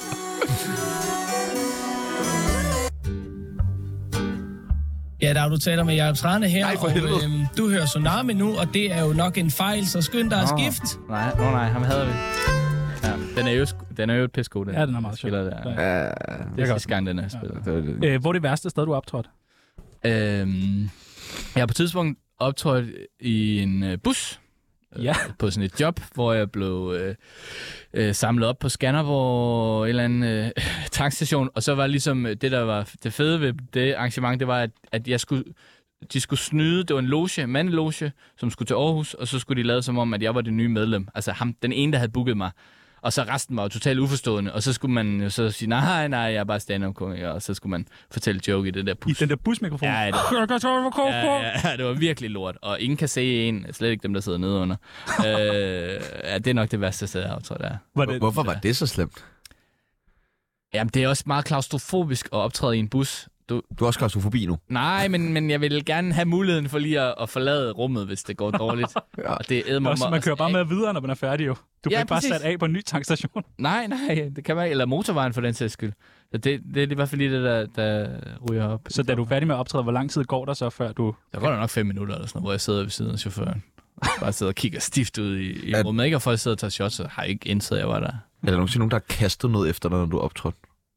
Ja, der du taler med Jacob Trane her, nej, og øhm, du hører Tsunami nu, og det er jo nok en fejl, så skynd dig at skift. Nej, no, nej, ham hader vi. Ja, den er jo, den er jo et pissegod, den. Ja, den er meget sjov. Der. Ja, det er sidste gang, den er spillet. Ja. Øh, hvor er det værste sted, du har optrådt? Øhm, jeg har på et tidspunkt optrådt i en øh, bus. Ja. Øh, på sådan et job, hvor jeg blev øh, øh, samlet op på Skanderborg, en eller anden øh, tankstation. Og så var ligesom det, der var det fede ved det arrangement, det var, at, at jeg skulle... De skulle snyde, det var en loge, mandeloge, som skulle til Aarhus, og så skulle de lade som om, at jeg var det nye medlem. Altså ham, den ene, der havde booket mig. Og så resten var jo totalt uforstående. Og så skulle man jo så sige, nej, nej, jeg er bare stand-up-komiker. Og så skulle man fortælle joke i det der bus. I den der busmikrofon? Ja, det, ja, ja, det var virkelig lort. Og ingen kan se en, slet ikke dem, der sidder nede under. øh, ja, det er nok det værste sted, jeg tror, det er. Var det, Hvorfor var det så slemt? Jamen, det er også meget klaustrofobisk at optræde i en bus. Du, du er også klaustrofobi nu? Nej, men, men jeg vil gerne have muligheden for lige at, at forlade rummet, hvis det går dårligt. Ja. Og det er mig, også, man kører bare med videre, når man er færdig jo. Du ja, bliver bare præcis. sat af på en ny tankstation. Nej, nej, det kan være, eller motorvejen for den sags skyld. Så det, det, det er i hvert fald lige det, der, der ryger op. Så da du er færdig med at optræde, hvor lang tid går der så, før du... Der går der nok fem minutter eller sådan noget, hvor jeg sidder ved siden af chaufføren. Bare sidder og kigger stift ud i, i at... rummet. Ikke, og folk sidder og tager shots, så har jeg ikke indtaget, jeg var der. Er der nogensinde nogen, der har kastet noget efter dig, når du er optrådt?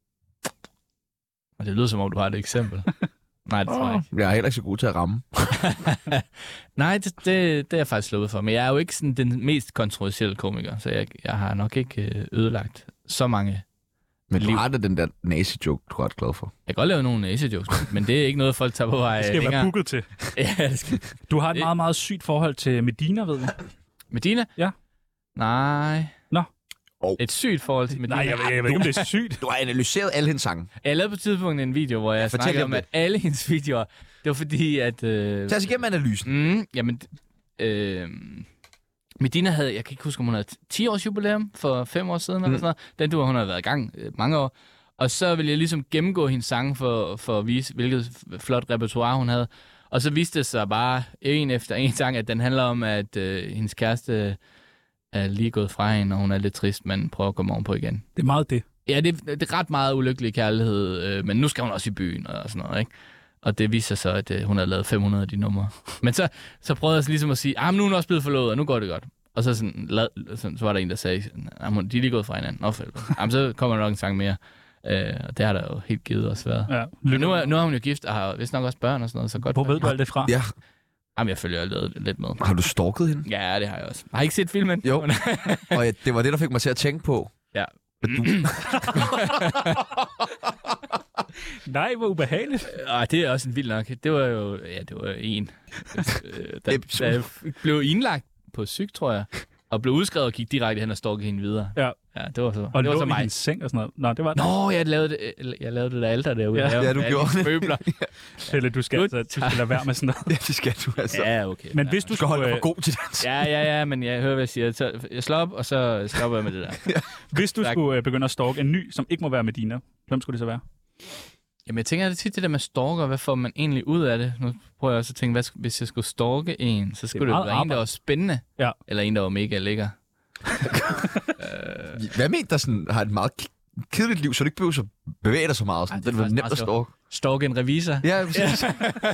Og det lyder som om, du har et eksempel. Nej, det tror jeg ikke. Jeg er heller ikke så god til at ramme. Nej, det, det, det er jeg faktisk sluppet for. Men jeg er jo ikke sådan den mest kontroversielle komiker, så jeg, jeg har nok ikke ødelagt så mange. Men du liv. har da den der nazi-joke, du er ret glad for. Jeg kan godt lave nogle nazi-jokes, men det er ikke noget, folk tager på vej. Det skal være booket til. Ja, det skal... Du har et meget, meget sygt forhold til Medina, ved jeg. Medina? Ja. Nej. Nå. Oh. Et sygt forhold til Medina. Nej, jeg ved, jeg ved ikke, om det er sygt. Du har analyseret alle hendes sange. Jeg lavede på et tidspunkt en video, hvor jeg ja, snakkede om, at alle hendes videoer, det var fordi, at... Øh... Tag os igennem analysen. Mm, jamen, øh... Medina havde, jeg kan ikke huske, om hun havde ti års jubilæum for fem år siden, mm. eller sådan noget. Den du hun har været i gang øh, mange år. Og så ville jeg ligesom gennemgå hendes sange for, for at vise, hvilket flot repertoire hun havde. Og så viste det sig bare en efter en sang, at den handler om, at øh, hendes kæreste er lige gået fra hende, og hun er lidt trist, men prøver at komme ovenpå igen. Det er meget det. Ja, det, det er ret meget ulykkelig kærlighed, øh, men nu skal hun også i byen og sådan noget, ikke? Og det viser sig så, at øh, hun har lavet fem hundrede af de numre. Men så, så prøvede jeg så ligesom at sige, ah, men nu er hun også blevet forlovet, og nu går det godt. Og så, sådan, lad, sådan, så var der en, der sagde, at de er lige gået fra hinanden. Nå, Jamen, så kommer der nok en sang mere. Øh, og det har der jo helt givet os været. Ja. Men nu er, nu er hun jo gift, og har vist nok også børn og sådan noget. Så godt. Hvor ved du alt det fra? Ja. Jamen, jeg følger lidt, lidt med. Har du stalket hende? Ja, det har jeg også. Har I ikke set filmen? Jo. Og ja, det var det, der fik mig til at tænke på. Ja. Du... Nej, hvor ubehageligt. Ej, det er også en vild nok. Det var jo, ja, det var en, der, der blev indlagt på syg, tror jeg, og blev udskrevet og gik direkte hen og stalkede hende videre. Ja. Ja, det var så. Og det var lå så i mig. hendes seng og sådan noget. Nå, det var det. Nå, jeg lavede det, jeg lavede det der alter derude. Ja, ja du gjorde det. Møbler. Pelle, du skal, altså, du skal lade være med sådan noget. Ja, det skal du altså. Ja, okay. Men hvis ja. du skal holde dig for god til det. Ja, ja, ja, men jeg hører, hvad jeg siger. Så jeg slår op, og så stopper jeg med det der. Ja. Hvis du tak. skulle begynde at stalke en ny, som ikke må være Medina, hvem skulle det så være? Jamen, jeg tænker, det er tit det der med stalker. Hvad får man egentlig ud af det? Nu prøver jeg også at tænke, hvad, hvis jeg skulle stalke en, så skulle det, det være en, der var spændende. Ja. Eller en, der var mega lækker. Hvad mener der sådan, har et meget kedeligt liv, så du ikke behøver at bevæge dig så meget? Sådan. Ej, det er nemt at stalke. Stalke en revisor. Ja, præcis.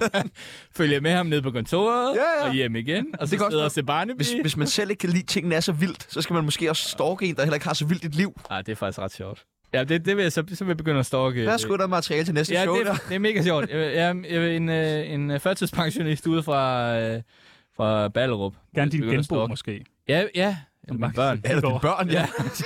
Følger med ham ned på kontoret, ja, ja. og hjem igen, og så sidder og se Barnaby. Hvis, hvis man selv ikke kan lide, tingene er så vildt, så skal man måske også stalke en, der heller ikke har så vildt et liv. Nej, det er faktisk ret sjovt. Ja, det, det vil jeg så, så vil jeg begynde at stalke. Hvad skulle der materiale til næste ja, show? Det, der? det er mega sjovt. Jeg, jeg, jeg er en, en førtidspensionist ude fra, fra Ballerup. Gerne din genbo måske. Ja, ja. Eller mine børn. Eller dine børn, ja.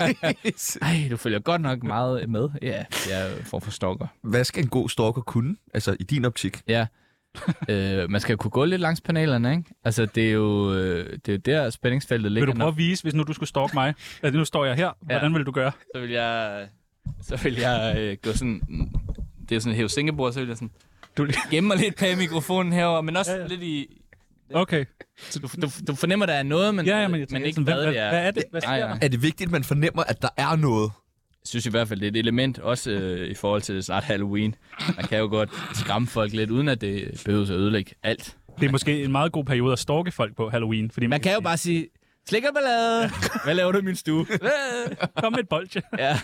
Ej, du følger godt nok meget med. Ja, jeg får for stalker. Hvad skal en god stalker kunne? Altså, i din optik? Ja. øh, man skal jo kunne gå lidt langs panelerne, ikke? Altså, det er jo, øh, det er jo der, spændingsfeltet ligger. Vil du prøve at vise, hvis nu du skulle stalke mig? Altså, nu står jeg her. Hvordan ja. vil du gøre? Så vil jeg, så vil jeg øh, gå sådan... Det er sådan et hæve Singapore, så vil jeg sådan... Du gemmer lidt på mikrofonen herover, men også ja, ja. lidt i... Okay. Så du, du, du fornemmer, der er noget, men, ja, ja, men, jeg men ikke ikke hvad, hvad det er. Hvad er det? Hvad sker der? Er det vigtigt, at man fornemmer, at der er noget? Jeg synes i hvert fald, det er et element, også øh, i forhold til snart Halloween. Man kan jo godt skræmme folk lidt, uden at det behøver at ødelægge alt. Det er måske en meget god periode at stalke folk på Halloween. Fordi man, man kan jo bare sige, slikkerballade. Hvad laver du i min stue? Kom med et bolsje. Ja.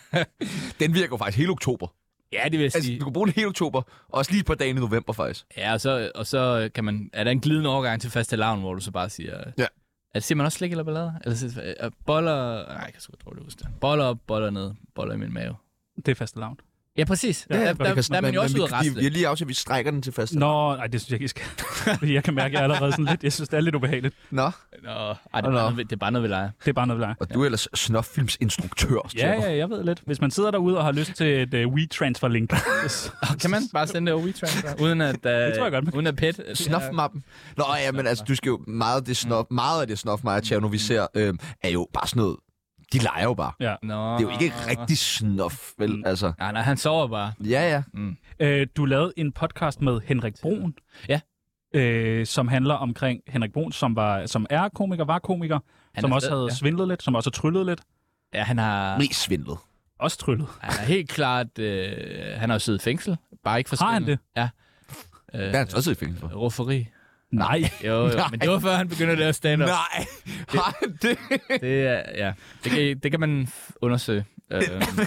Den virker faktisk hele oktober. Ja, det vil jeg sige. Altså, du kan bruge den hele oktober, og også lige et par dage i november faktisk. Ja, og så, og så kan man... Er der en glidende overgang til fastelavn, hvor du så bare siger... Ja. Er, siger man også slik eller ballade? Eller siger, er boller... Nej, jeg kan sgu dårligt huske det. Boller op, boller ned, boller i min mave. Det er fastelavn. Ja, præcis. Ja, der, der, der, der er man jo også ude at rasle. Vi har lige aftalt, at vi strækker den til faste. Nå, nej, det synes jeg ikke, I skal. Fordi jeg kan mærke, at jeg er allerede sådan lidt... Jeg synes, det er lidt ubehageligt. Nå. Nå, ej, det, er bare noget, det er bare noget, vi leger. Det er bare noget, vi leger. Og du er ellers snoffilmsinstruktør. Ja, ja, jeg ved lidt. Hvis man sidder derude og har lyst til et uh, WeTransfer-link. Kan man bare sende det over WeTransfer? Uden at, uh, det tror jeg godt, man uden at pet. Snoff-mappen. Nå, ja, men altså, du skal jo... Meget af det snoff, meget af det snoff mig og nu vi ser, øh, er jo bare sådan noget... De leger jo bare. Ja. Nå. Det er jo ikke rigtig snoff, vel? Mm. Altså. Nej, nej, han sover bare. Ja, ja. Mm. Øh, du lavede en podcast med Henrik Brun. Ja. Øh, som handler omkring Henrik Brun, som, var, som er komiker, var komiker, han som også havde ja. svindlet lidt, som også har tryllet lidt. Ja, han har... Mest svindlet. Også tryllet. Han er helt klart... Øh, han har jo siddet i fængsel. Bare ikke for svindel. Har han det? Ja. Øh, Hvad er han så siddet i fængsel for? Rufferi. Nej. Jo, jo. Nej. Men det var før, han begyndte at lave stand-up. Nej, har han det? Det er, ja. Det kan, det kan man undersøge. øhm,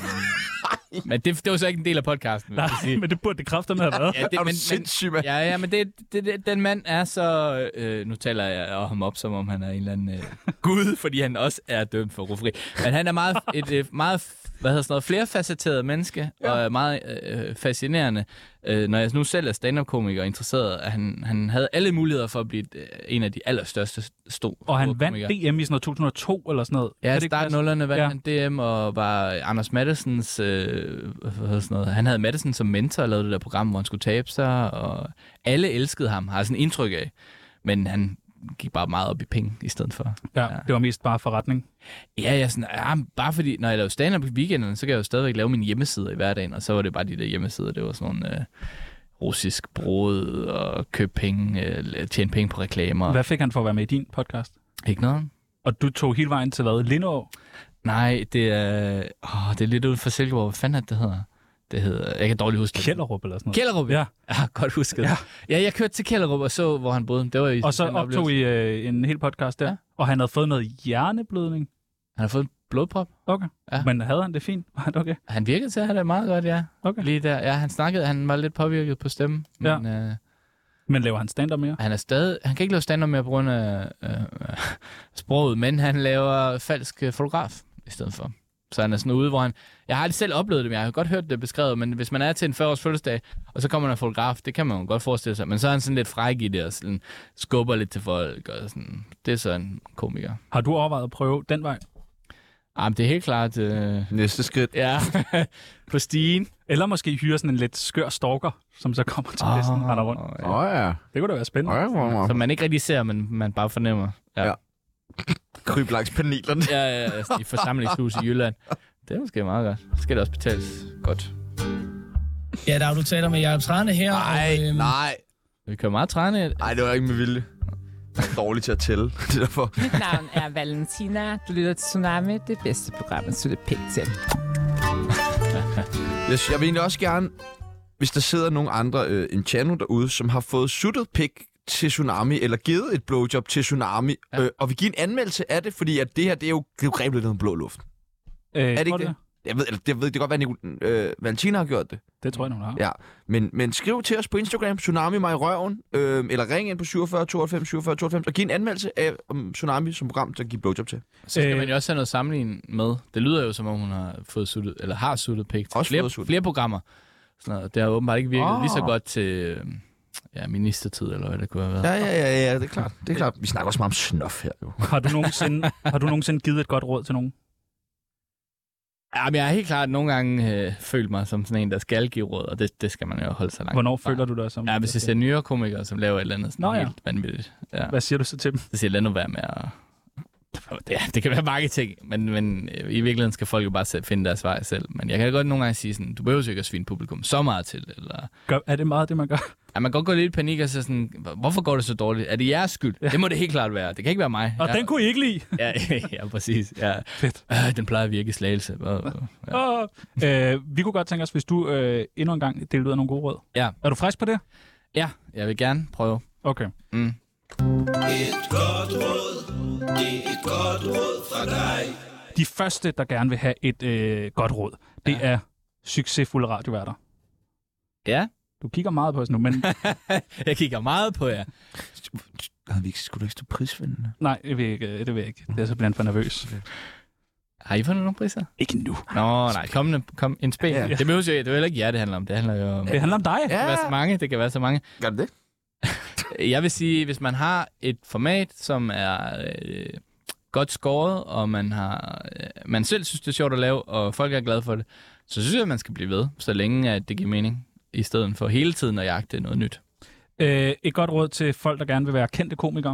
men det, det var så ikke en del af podcasten. Nej, sige. Men det burde det kræfterne have været. Ja, det, er men, du sindssyg, mand? Ja, ja, men det, det, det, den mand er så... Øh, nu taler jeg ham op, som om han er en eller anden øh, gud, fordi han også er dømt for rufferi. Men han er meget, et, et meget hvad hedder sådan noget, flerfacetteret menneske, ja. Og er meget øh, fascinerende. Øh, når jeg nu selv er stand-up-komiker og interesseret, at han, han havde alle muligheder for at blive et, en af de allerstørste stå. Og han vandt D M i sådan noget to tusind og to eller sådan noget. Ja, i starten nullerne vandt ja. han D M, og var Anders Mattesens... Øh, hvad hedder sådan noget, han havde Madsen som mentor og lavede det der program, hvor han skulle tabe sig, og alle elskede ham, har jeg sådan en indtryk af. Men han gik bare meget op i penge i stedet for. Ja, ja. Det var mest bare forretning. Ja, jeg sådan, ja, bare fordi, når jeg lavede stand-up i weekenden, så kan jeg jo stadigvæk lave mine hjemmesider i hverdagen, og så var det bare de der hjemmesider, det var sådan nogle øh, russisk brød, og købe penge, øh, tjene penge på reklamer. Hvad fik han for at være med i din podcast? Ikke noget. Og du tog hele vejen til hvad? Lindå? Nej, det er, åh, det er lidt ude for Silkeborg. Hvad fanden er det, det hedder? Det hedder, jeg kan dårligt huske det. Kjellerup eller sådan noget. Kjellerup, ja. Jeg har godt husket ja. Ja, jeg kørte til Kjellerup og så, hvor han boede. Det var i og så optog I øh, en hel podcast der, ja. Og han havde fået noget hjerneblødning. Han har fået blodprop. Okay. Ja. Men havde han det fint? Var han okay? Han virkede til at have det meget godt, ja. Okay. Lige der. Ja, han snakkede, han var lidt påvirket på stemmen. Men, Ja. øh, Men laver han stand-up mere? han er stadig... Han kan ikke lave stand-up mere på grund af øh, sproget, men han laver falsk øh, fotograf i stedet for. Så han er sådan ude, hvor han... Jeg har aldrig selv oplevet det, men jeg har godt hørt det beskrevet, men hvis man er til en fyrre års fødselsdag, og så kommer der en fotograf, det kan man jo godt forestille sig, men så er han sådan lidt fræk i det, og sådan skubber lidt til folk, og sådan... Det er så en komiker. Har du overvejet at prøve den vej? Jamen, det er helt klart... Øh, Næste skridt. ja, på stigen. Eller måske hyre sådan en lidt skør stalker, som så kommer til festen og render rundt. Åh oh, ja. Det kunne da være spændende. Oh, ja, ja. Så man ikke rigtig ser, men man bare fornemmer. Ja. Ja. Kryb langs panelerne. Ja, ja, ja, i forsamlingshus i Jylland. Det er måske meget godt. Så skal det også betales godt. Ja, der du taler med Jacob Trane her. Nej, og, øhm, nej. Vi kører meget træne. Nej, det var ikke med vilje. Jeg er dårlig til at tælle. Det er derfor. Mit navn er Valentina. Du lytter til Tsunami, det bedste program, at slutte pænt til. Jeg, jeg vil egentlig også gerne, hvis der sidder nogle andre øh, en channel derude, som har fået suttet pik til Tsunami, eller givet et blowjob til Tsunami, ja. øh, og vi giver en anmeldelse af det, fordi at det her, det er jo, det er jo grebet noget blå luft. Øh, er det ikke det? det? Jeg ved, eller, det, jeg ved, det kan godt være, at øh, Valentina har gjort det. Det tror jeg, hun har. Ja, men, men skriv til os på Instagram, Tsunami mig i røven, øh, eller ring ind på syvogfyrre tooghalvfems syvogfyrre tooghalvfems, og giv en anmeldelse af um, Tsunami som program, der giver blowjob til. Så skal øh, man jo også have noget sammenligning med. Det lyder jo, som om hun har fået suttet, eller har suttet pik til Også flere, fået suttet. flere programmer. Sådan noget. Det har åbenbart ikke virket Oh. lige så godt til øh, ja, ministertid, eller hvad det kunne have været. Ja, ja, ja, ja, det er klart. Det er klart. Vi snakker også meget om snof her, jo. Har du nogensinde, har du nogensinde givet et godt råd til nogen? Ja, men jeg har helt klart nogle gange øh, følt mig som sådan en, der skal give råd, og det, det skal man jo holde sig langt. Hvornår føler du dig som? Ja, hvis jeg ser nyere komikere, som laver et eller andet sådan Nå, ja. helt vanvittigt. Ja. Hvad siger du så til dem? Så siger jeg, lad nu være med at... Ja, det kan være mange ting, men, men i virkeligheden skal folk jo bare selv finde deres vej selv. Men jeg kan godt nogle gange sige sådan, du behøver jo ikke at svine publikum så meget til. Eller... Gør, er det meget det, man gør? Ja, man kan godt gå lidt i panik og sige sådan, hvorfor går det så dårligt? Er det jeres skyld? Ja. Det må det helt klart være. Det kan ikke være mig. Og ja. den kunne I ikke lide? ja, ja, præcis. Ja. Fedt. Øh, den plejer at virke i Slagelse. Ja. Øh, vi kunne godt tænke os, hvis du øh, endnu en gang delte ud af nogle gode råd. Ja. Er du frisk på det? Ja, jeg vil gerne prøve. Okay. Mm. Et godt råd, det er et godt råd fra dig. De første, der gerne vil have et øh, godt råd, det ja. er succesfulde radioværter. Ja. Du kigger meget på os nu, men... jeg kigger meget på jer. Havde vi ikke, skulle du ikke stå prisvindende? Nej, det vil jeg ikke. Det vil jeg ikke. Det er så blandt for nervøs. Har I fundet nogle priser? Ikke nu. Nå, nej, kom, kom en spil. Ja. Det behøver jo, det er jo heller ikke jer, det handler om. Det handler jo om... Det handler om dig. Det kan være så mange. Det kan være så mange. Gør det det? Jeg vil sige, hvis man har et format, som er øh, godt skåret, og man har øh, man selv synes, det er sjovt at lave, og folk er glade for det, så synes jeg, at man skal blive ved, så længe at det giver mening, i stedet for hele tiden at jagte noget nyt. Øh, et godt råd til folk, der gerne vil være kendte komikere?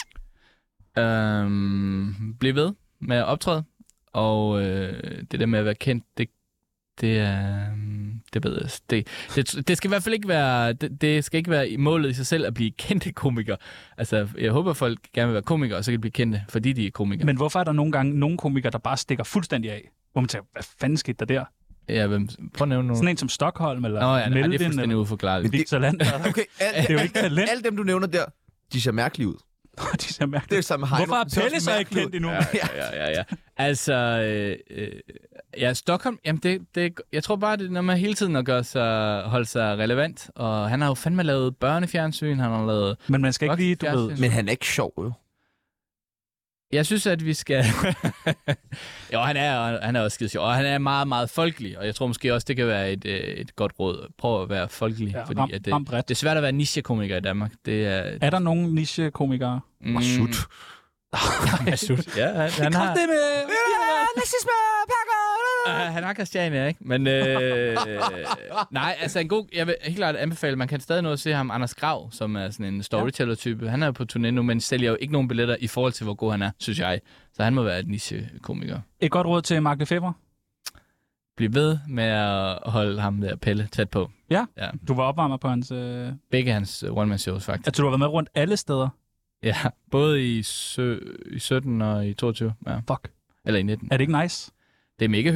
Øhm, bliv ved med at optræde, og øh, det der med at være kendt, det Det er... Det ved jeg. Det, det, det skal i hvert fald ikke være... Det, det skal ikke være målet i sig selv at blive kendte komikere. Altså, jeg håber, at folk gerne vil være komikere, og så kan de blive kendte, fordi de er komikere. Men hvorfor er der nogle gange nogle komikere, der bare stikker fuldstændig af? Hvor man tænker, hvad fanden skete der der? Ja, hvem, prøv at nævne nogle... Sådan en som Stockholm, eller Nå, ja, Melvin, det er fuldstændig uforklarligt. Victor Lander. Okay, al, det er jo ikke talent. Alle dem, du nævner der, de ser mærkelige ud. de ser mærkelige. Det er samme Heino. Hvorfor er Pelle så ikke kendt endnu? Ja, ja, ja, ja. Altså, øh, øh, ja, Stockholm, jamen det, det, jeg tror bare, det er noget med hele tiden at gøre sig, holde sig relevant. Og han har jo fandme lavet børnefjernsyn, han har lavet... Men man skal ikke lige, du ved... Men han er ikke sjov, jo. Jeg synes, at vi skal... jo, han er, han er også skide sjov, og han er meget, meget folkelig, og jeg tror måske også, det kan være et, et godt råd. Prøv at være folkelig, ja, fordi ram, at det, ram det er svært at være niche-komiker i Danmark. Det er, er der nogen niche-komikere? Mm. Masud. Masud, ja. Han, han har... Det med... Nazisme, Uh, han har Christiania, ikke? Men øh, nej, altså en god... Jeg vil helt klart anbefale, man kan stadig nå at se ham, Anders Grav, som er sådan en storyteller-type. Han er på turné nu, men sælger jo ikke nogen billetter i forhold til, hvor god han er, synes jeg. Så han må være et niche-komiker. Et godt råd til Mark Lefebvre? Bliv ved med at holde ham der Pelle tæt på. Ja? Ja. Du var opvarmet på hans... Øh... Begge hans one-man-shows, faktisk. Altså, du har været med rundt alle steder? Ja, både i, sø- i sytten og i toogtyve. Ja. Fuck. Eller i nitten. Er det ikke nice? Det er mega hyggeligt.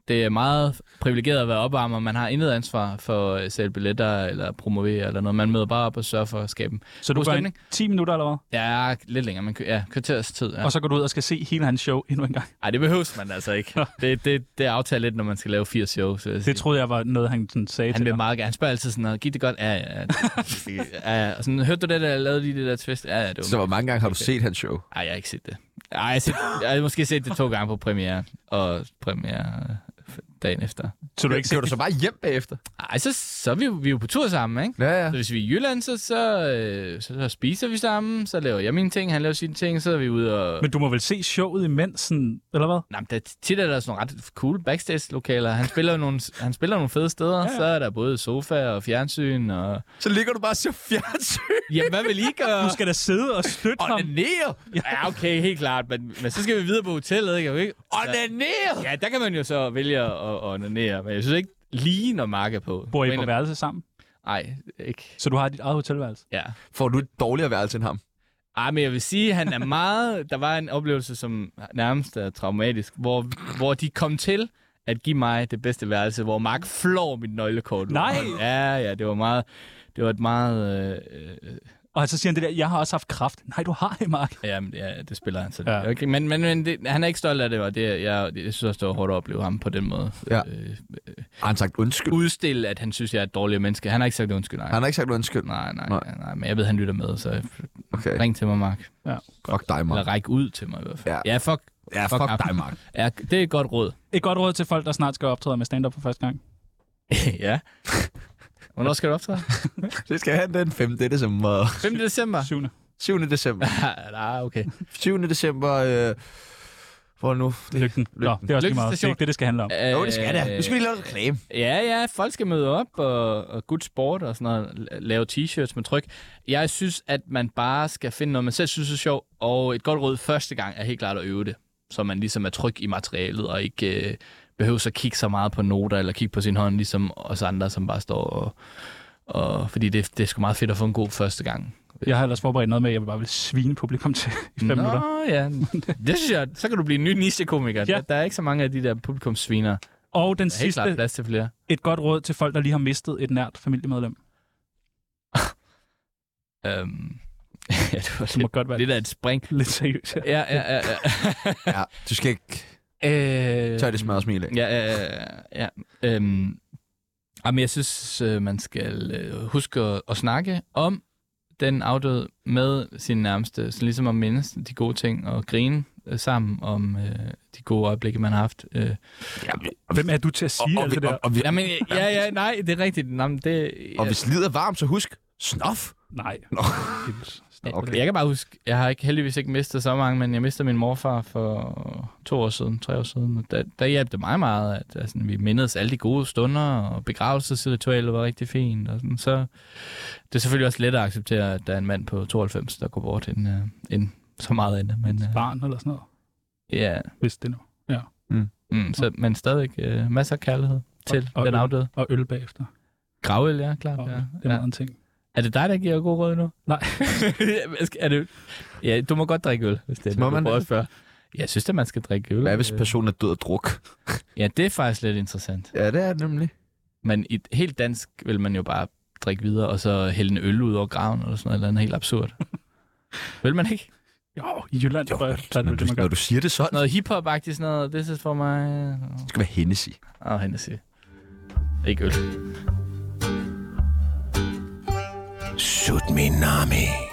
det er meget privilegeret at være opvarmer. Man har intet ansvar for at sælge billetter eller promovere eller noget. Man møder bare op og sørger for at skabe en Så du går ind ti minutter eller hvad? Ja, lidt længere. Men ja, kvarters tid. Ja. Og så går du ud og skal se hele hans show endnu en gang? Nej, det behøves man altså ikke. det, det, det er aftalt lidt, når man skal lave firs shows. Det troede jeg var noget, han sådan sagde han til vil dig. meget gerne. Han spørger altid sådan, gik det godt? Ja, ja. ja, ja. Og sådan, hørte du det, der lavede lige det der twist? Ja, ja. Det var så hvor mange gange har du set hans show? Nej, jeg har ikke set det. Ej, jeg, har set, jeg har måske set det to gange på premiere og premiere dagen efter. Så du ikke ser du så bare hjem bagefter? Ej, så, så er vi, vi er jo på tur sammen, ikke? Ja, ja. Så hvis vi er i Jylland, så, så, øh, så, så spiser vi sammen, så laver jeg mine ting, han laver sine ting, så er vi ude og... Men du må vel se showet imens, sådan, eller hvad? Nej, men der, tit er der sådan nogle ret cool backstage-lokaler. Han spiller nogle, han spiller nogle fede steder, ja. Så er der både sofa og fjernsyn og... Så ligger du bare og ser fjernsyn? Jamen, hvad vil I gøre? Du skal da sidde og støtte ham. Onanere? Ja, okay, helt klart. Men, men så skal vi videre på hotellet, ikke? Onanere? Ja, der kan man jo så vælge at onanere. Men jeg synes ikke lige, når Mark er på. Bor I på værelse sammen? Nej, ikke. Så du har dit eget hotelværelse? Ja. Får du et dårligere værelse end ham? Ej, men jeg vil sige, han er meget... Der var en oplevelse, som nærmest er traumatisk, hvor, hvor de kom til at give mig det bedste værelse, hvor Mark flår mit nøglekort. Nej! Ja, ja, det var meget... Det var et meget... Øh, Og så siger han det der, jeg har også haft kræft. Nej, du har det, Mark. Ja, men, ja det spiller han så. Ja. Okay, men men, men det, han er ikke stolt af det, og det, jeg, jeg synes også, det var hårdt at opleve ham på den måde. Ja. Øh, øh, har han sagt undskyld? Udstille, at han synes, jeg er et dårligt menneske. Han har ikke sagt undskyld, nej. Han har ikke sagt undskyld? Nej, nej, nej, nej, men jeg ved, han lytter med, så okay. Ring til mig, Mark. Ja. Fuck dig, Mark. Eller ræk ud til mig i hvert fald. Ja, ja fuck, ja, fuck, fuck dig, Mark. Ja, det er et godt råd. Et godt råd til folk, der snart skal optræde med stand-up for første gang. Ja. Hvornår skal du optræde? Det skal han den femte december. femte december? syvende syvende december. Ja, okay. syvende december... Øh, hvor nu? Det, Lygten. Nå, det er også lige meget. Det er ikke det, det skal handle om. Øh, jo, det skal det. Nu skal vi lige lave reklame. Ja, ja. Folk skal møde op og, og good sport og sådan noget. Lave t-shirts med tryk. Jeg synes, at man bare skal finde noget, man selv synes er sjovt. Og et godt råd første gang er helt klart at øve det. Så man ligesom er tryg i materialet og ikke... Øh, behøver så kigge så meget på noter, eller kigge på sin hånd, ligesom os andre, som bare står og... og fordi det, det er sgu meget fedt at få en god første gang. Jeg har ellers forberedt noget med, at jeg vil bare vil svine publikum til i fem Nå, minutter. Ja, det synes jeg, så kan du blive en ny niche-komiker. Ja. Der, der er ikke så mange af de der publikumssviner. Og den der er helt sidste, klart plads til flere. Et godt råd til folk, der lige har mistet et nært familiemedlem. øhm... ja, det var det må godt være lidt af et spring. Lidt seriøst. Ja, ja, ja. ja. ja, du skal ikke... Øh, Tør det smør smil af. Ja, ja, ja. Øhm, jamen, jeg synes, man skal huske at, at snakke om den afdøde med sine nærmeste, så ligesom at mindes de gode ting og grine sammen om øh, de gode øjeblikke, man har haft. Øh. Jamen, hvem er du til at sige og, alt det og, der? og, og, jamen, ja, ja, nej, det er rigtigt. Jamen, det, og hvis livet er varmt, så husk, snof. Nej. Nå. Okay. Jeg kan bare huske, jeg har ikke, heldigvis ikke mistet så mange, men jeg mistede min morfar for to år siden, tre år siden. Der, der hjalp det mig meget, at altså, vi mindedes alle de gode stunder, og begravelsesritualet var rigtig fint. Og sådan. Så det er selvfølgelig også let at acceptere, at der er en mand på tooghalvfems, der går bort end, uh, end så meget andet. Men, uh, barn eller sådan noget? Ja. Hvis det nu. Ja. Mm. Mm, så, men stadig uh, masser af kærlighed til og, den og afdøde. Og øl bagefter. Gravøl, ja, klart. Og, ja. Det er meget en ting. Er det dig, der giver god råd nu? Nej. er det... Ja, du må godt drikke øl, hvis det er må det, man du prøver at spørge. Jeg synes, at man skal drikke øl. Hvad hvis personen er død af druk? Ja, det er faktisk lidt interessant. Ja, det er det nemlig. Men i helt dansk vil man jo bare drikke videre, og så hælde en øl ud over graven, eller sådan noget, eller andet helt absurd. Vil man ikke? Jo, i Jylland, jo, det, det, det, det, når du siger det sådan. Noget hiphop-agtigt, sådan noget, this is for mig. Det skal være Hennessy. Åh, oh, Hennessy. Ikke øl. Sut min nami.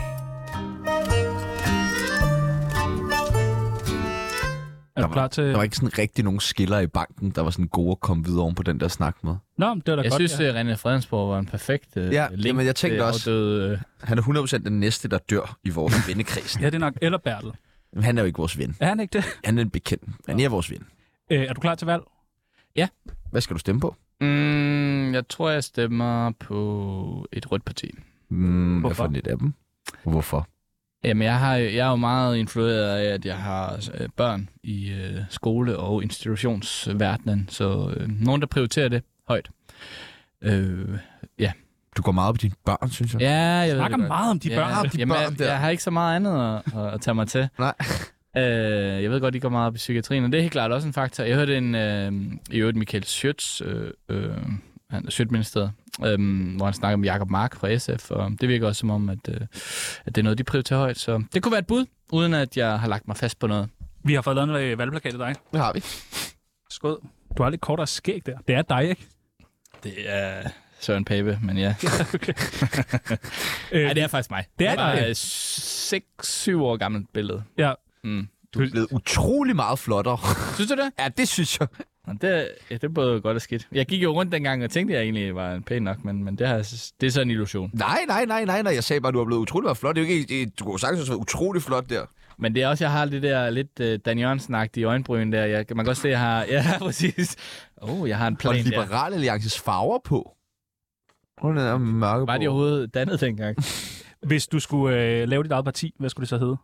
Er du klar til... Der var ikke sådan rigtig nogen skiller i banken, der var sådan gode at komme videre oven på den der snak med. Nå, det var da jeg godt. Jeg synes, at ja. René Fredensborg var en perfekt uh, ja, link. men jeg tænkte også, afdøde, uh... han er hundrede procent den næste, der dør i vores vennekreds. Ja, det er nok. Eller Bertel. Men han er jo ikke vores ven. Er han ikke det? Han er en bekendt. Han er vores ven. Øh, er du klar til valg? Ja. Hvad skal du stemme på? Mm, jeg tror, jeg stemmer på et rødt parti. Mm, hvad for et af dem? Hvorfor? Jamen, jeg, har, jeg er jo meget influeret af, at jeg har øh, børn i øh, skole- og institutionsverdenen, så øh, nogen, der prioriterer det højt. Øh, ja. Du går meget på dine børn, synes jeg. Ja, jeg snakker ved det meget om de ja, børn. Ja, de jamen, børn jeg, der. jeg har ikke så meget andet at, at tage mig til. Nej. Øh, jeg ved godt, de går meget op i psykiatrien, og det er helt klart også en faktor. Jeg hørte en, øh, i øvrigt Michael Schøtz, øh, øh, han er Schøtz-ministeriet, øh, hvor han snakker om Jacob Mark fra S F, og det virker også som om, at, øh, at det er noget, de prioriterer højt. Så det kunne være et bud, uden at jeg har lagt mig fast på noget. Vi har fået lavet en valgplakat af dig. Det har vi. Skål. Du har lidt kortere skæg der. Det er dig, ikke? Det er Søren Pape, men ja. Okay. Nej, det er faktisk mig. Det er det dig. er et seks syv år gammelt billede. Ja. Mm. Du er blevet utrolig meget flottere. Synes du det? Ja, det synes jeg. Det er, ja, det er både godt og skidt. Jeg gik jo rundt dengang og tænkte, at jeg egentlig var pæn nok, men, men det, her, det er så en illusion. Nej, nej, nej, nej, nej. Jeg sagde bare, at du er blevet utrolig meget flot. Det er jo ikke, du kunne sagtens have været utrolig flot der. Men det er også, jeg har det der lidt uh, Dan Jørgensen-agtige øjenbryn der. Jeg, man kan godt se, at jeg har... Ja, præcis. Åh, oh, jeg har en plan der. Og Liberal Alliances farver på. Hun er mørke. Var de overhovedet dannet dengang? Hvis du skulle øh, lave dit eget parti, hvad skulle det så hedde?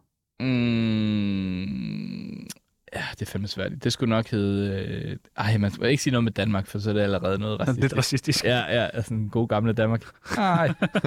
Mm, ja, det er fandme svært. Det skulle nok hedde... Øh, ej, man skal ikke sige noget med Danmark, for så er det allerede noget racistisk. Lidt racistisk. Ja, ja, sådan en god gamle Danmark. Ej.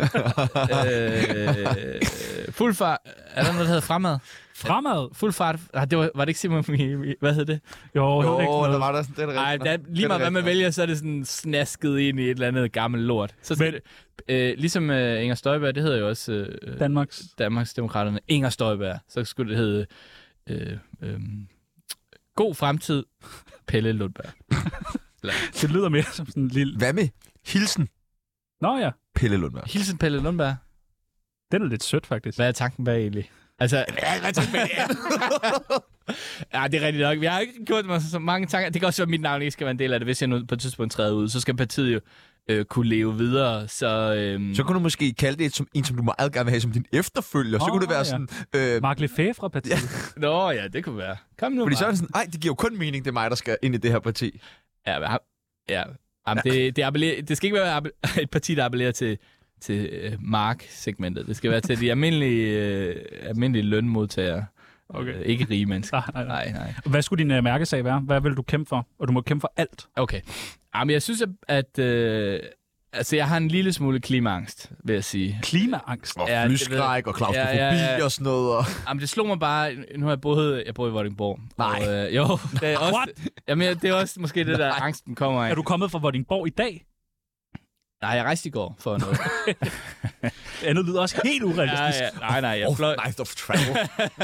øh, fuld fart. Er der noget, der hedder Fremad? Fremad? Fuld fart. Ah, det var, var det ikke Simon? Hvad hed det? Jo, jo det der var der sådan. Det Ej, der, lige meget hvad man vælger, så er det sådan snasket ind i et eller andet gammelt lort. Så skal Men, det, øh, ligesom øh, Inger Støjberg, det hedder jo også øh, Danmarks. Danmarks Demokraterne. Inger Støjberg. Så skulle det hedde øh, øh, God Fremtid, Pelle Lundberg. Det lyder mere som sådan en lille... Hvad med Hilsen? Nå ja. Pelle Lundberg. Hilsen Pelle Lundberg. Den er lidt sødt, faktisk. Hvad er tanken bag egentlig? Altså, hvad er tanken bag ja, det er rigtigt nok. Jeg har ikke gjort mig så mange tanker. Det kan også være, at mit navn ikke skal være en del af det. Hvis jeg nu på et tidspunkt træder ud, så skal partiet jo øh, kunne leve videre. Så, øhm... så kunne du måske kalde det som en, som du meget gerne vil have som din efterfølger. Oh, så kunne det være ja. sådan... Øh... Mark Lefebvre fra partiet. Ja. Nå ja, det kunne være. Kom nu. Fordi så er det sådan, nej, det giver jo kun mening, det er mig, der skal ind i det her parti. Ja, men, ja. Jamen, det, det, appellerer, det skal ikke være et parti, der appellerer til... til øh, mark-segmentet. Det skal være til de almindelige, øh, almindelige lønmodtagere. Okay. Øh, ikke rige mennesker. Nej, nej. nej, nej. Hvad skulle din øh, mærkesag være? Hvad vil du kæmpe for? Og du må kæmpe for alt. Okay. Jamen, jeg synes, at... Øh, altså, jeg har en lille smule klimaangst, vil jeg sige. Klimaangst? Og ja, flyskræk og klaustrofobi ja, ja, ja. og sådan noget. Og... Jamen, det slog mig bare... Nu har jeg boet, jeg boet i Vordingborg. Nej. Og, øh, jo, det er også... Jamen, det er også måske det, der angsten kommer af. Er du kommet fra Vordingborg i dag? Nej, jeg rejste i går for noget. Det andet lyder også helt urealistisk. Ja, ja. Nej, nej, jeg fløj... Life of travel.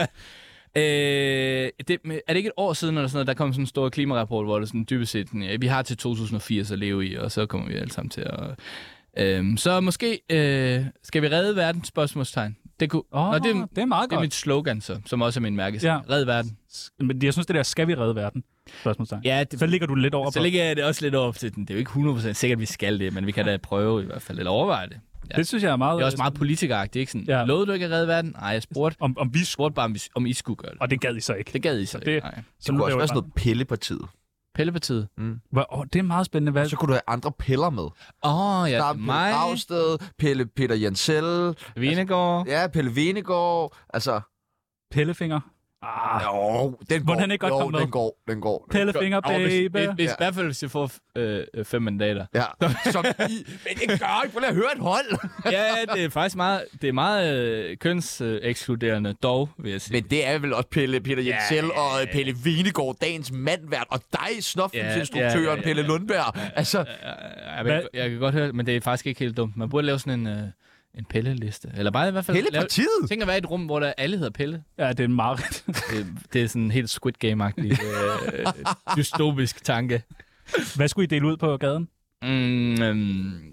øh, det, er det ikke et år siden, eller sådan noget, der kom sådan en stor klimarapport, hvor det sådan dybest set, ja, vi har til to tusind og firs at leve i, og så kommer vi alle sammen til at... Øh, så måske øh, skal vi redde verden? Spørgsmålstegn. Det, kunne, oh, Nå, det, det er meget det er godt. mit slogan, så, som også er min mærke. Ja. Red verden. Men jeg synes, det der, skal vi redde verden? Spørgsmålstegn. Ja, det, så ligger du lidt over så på. Så ligger jeg det også lidt over til den. Det er jo ikke hundrede procent sikkert, at vi skal det, men vi kan da prøve i hvert fald, eller overveje det. Ja. Det synes jeg er meget... Det er også meget politikeragtigt, ikke sådan? Ja. Lovede du ikke at redde verden? Nej, jeg spurgte, om, om, vi spurgte bare, om, vi, om I skulle gøre det. Og det gad I så ikke. Det gad I så ikke, det, nej. Så det kunne også være sådan noget Pellepartiet. Pellepartiet? Mm. Oh, det er meget spændende. Hvad? Så kunne du have andre piller med. Åh, oh, ja, der er mig. Pelle Dragsted, Pelle Peter Jensel. Venegård. Altså, ja, Pelle Venegård. Altså... Pellefinger. Ah, jo, den går. Han ikke godt jo, med? den går, den går. Pellefinger, baby. Hvis, hvis, ja. I hvert fald, hvis jeg får øh, fem mandater. Ja, som I... Men det gør ikke. Prøv at høre et hold. Ja, det er faktisk meget, det er meget øh, kønsekskluderende, dog, vil jeg sige. Men det er vel også Pelle, Peter Jensel ja, og Pelle Venegård, dagens mandvært, og dig, snoffelsinstruktøren ja, ja, ja, Pelle Lundberg. Ja, altså... Ja, ja, ja, jeg, jeg kan godt høre, men det er faktisk ikke helt dumt. Man burde lave sådan en... Øh, En Pelle-liste. Eller bare i hvert fald... Pelle-partiet? Tænk at være i et rum, hvor der alle hedder Pelle. Ja, det er en mareridt. det, det er sådan helt Squid Game-agtig øh, dystopisk tanke. Hvad skulle I dele ud på gaden? Mm, um,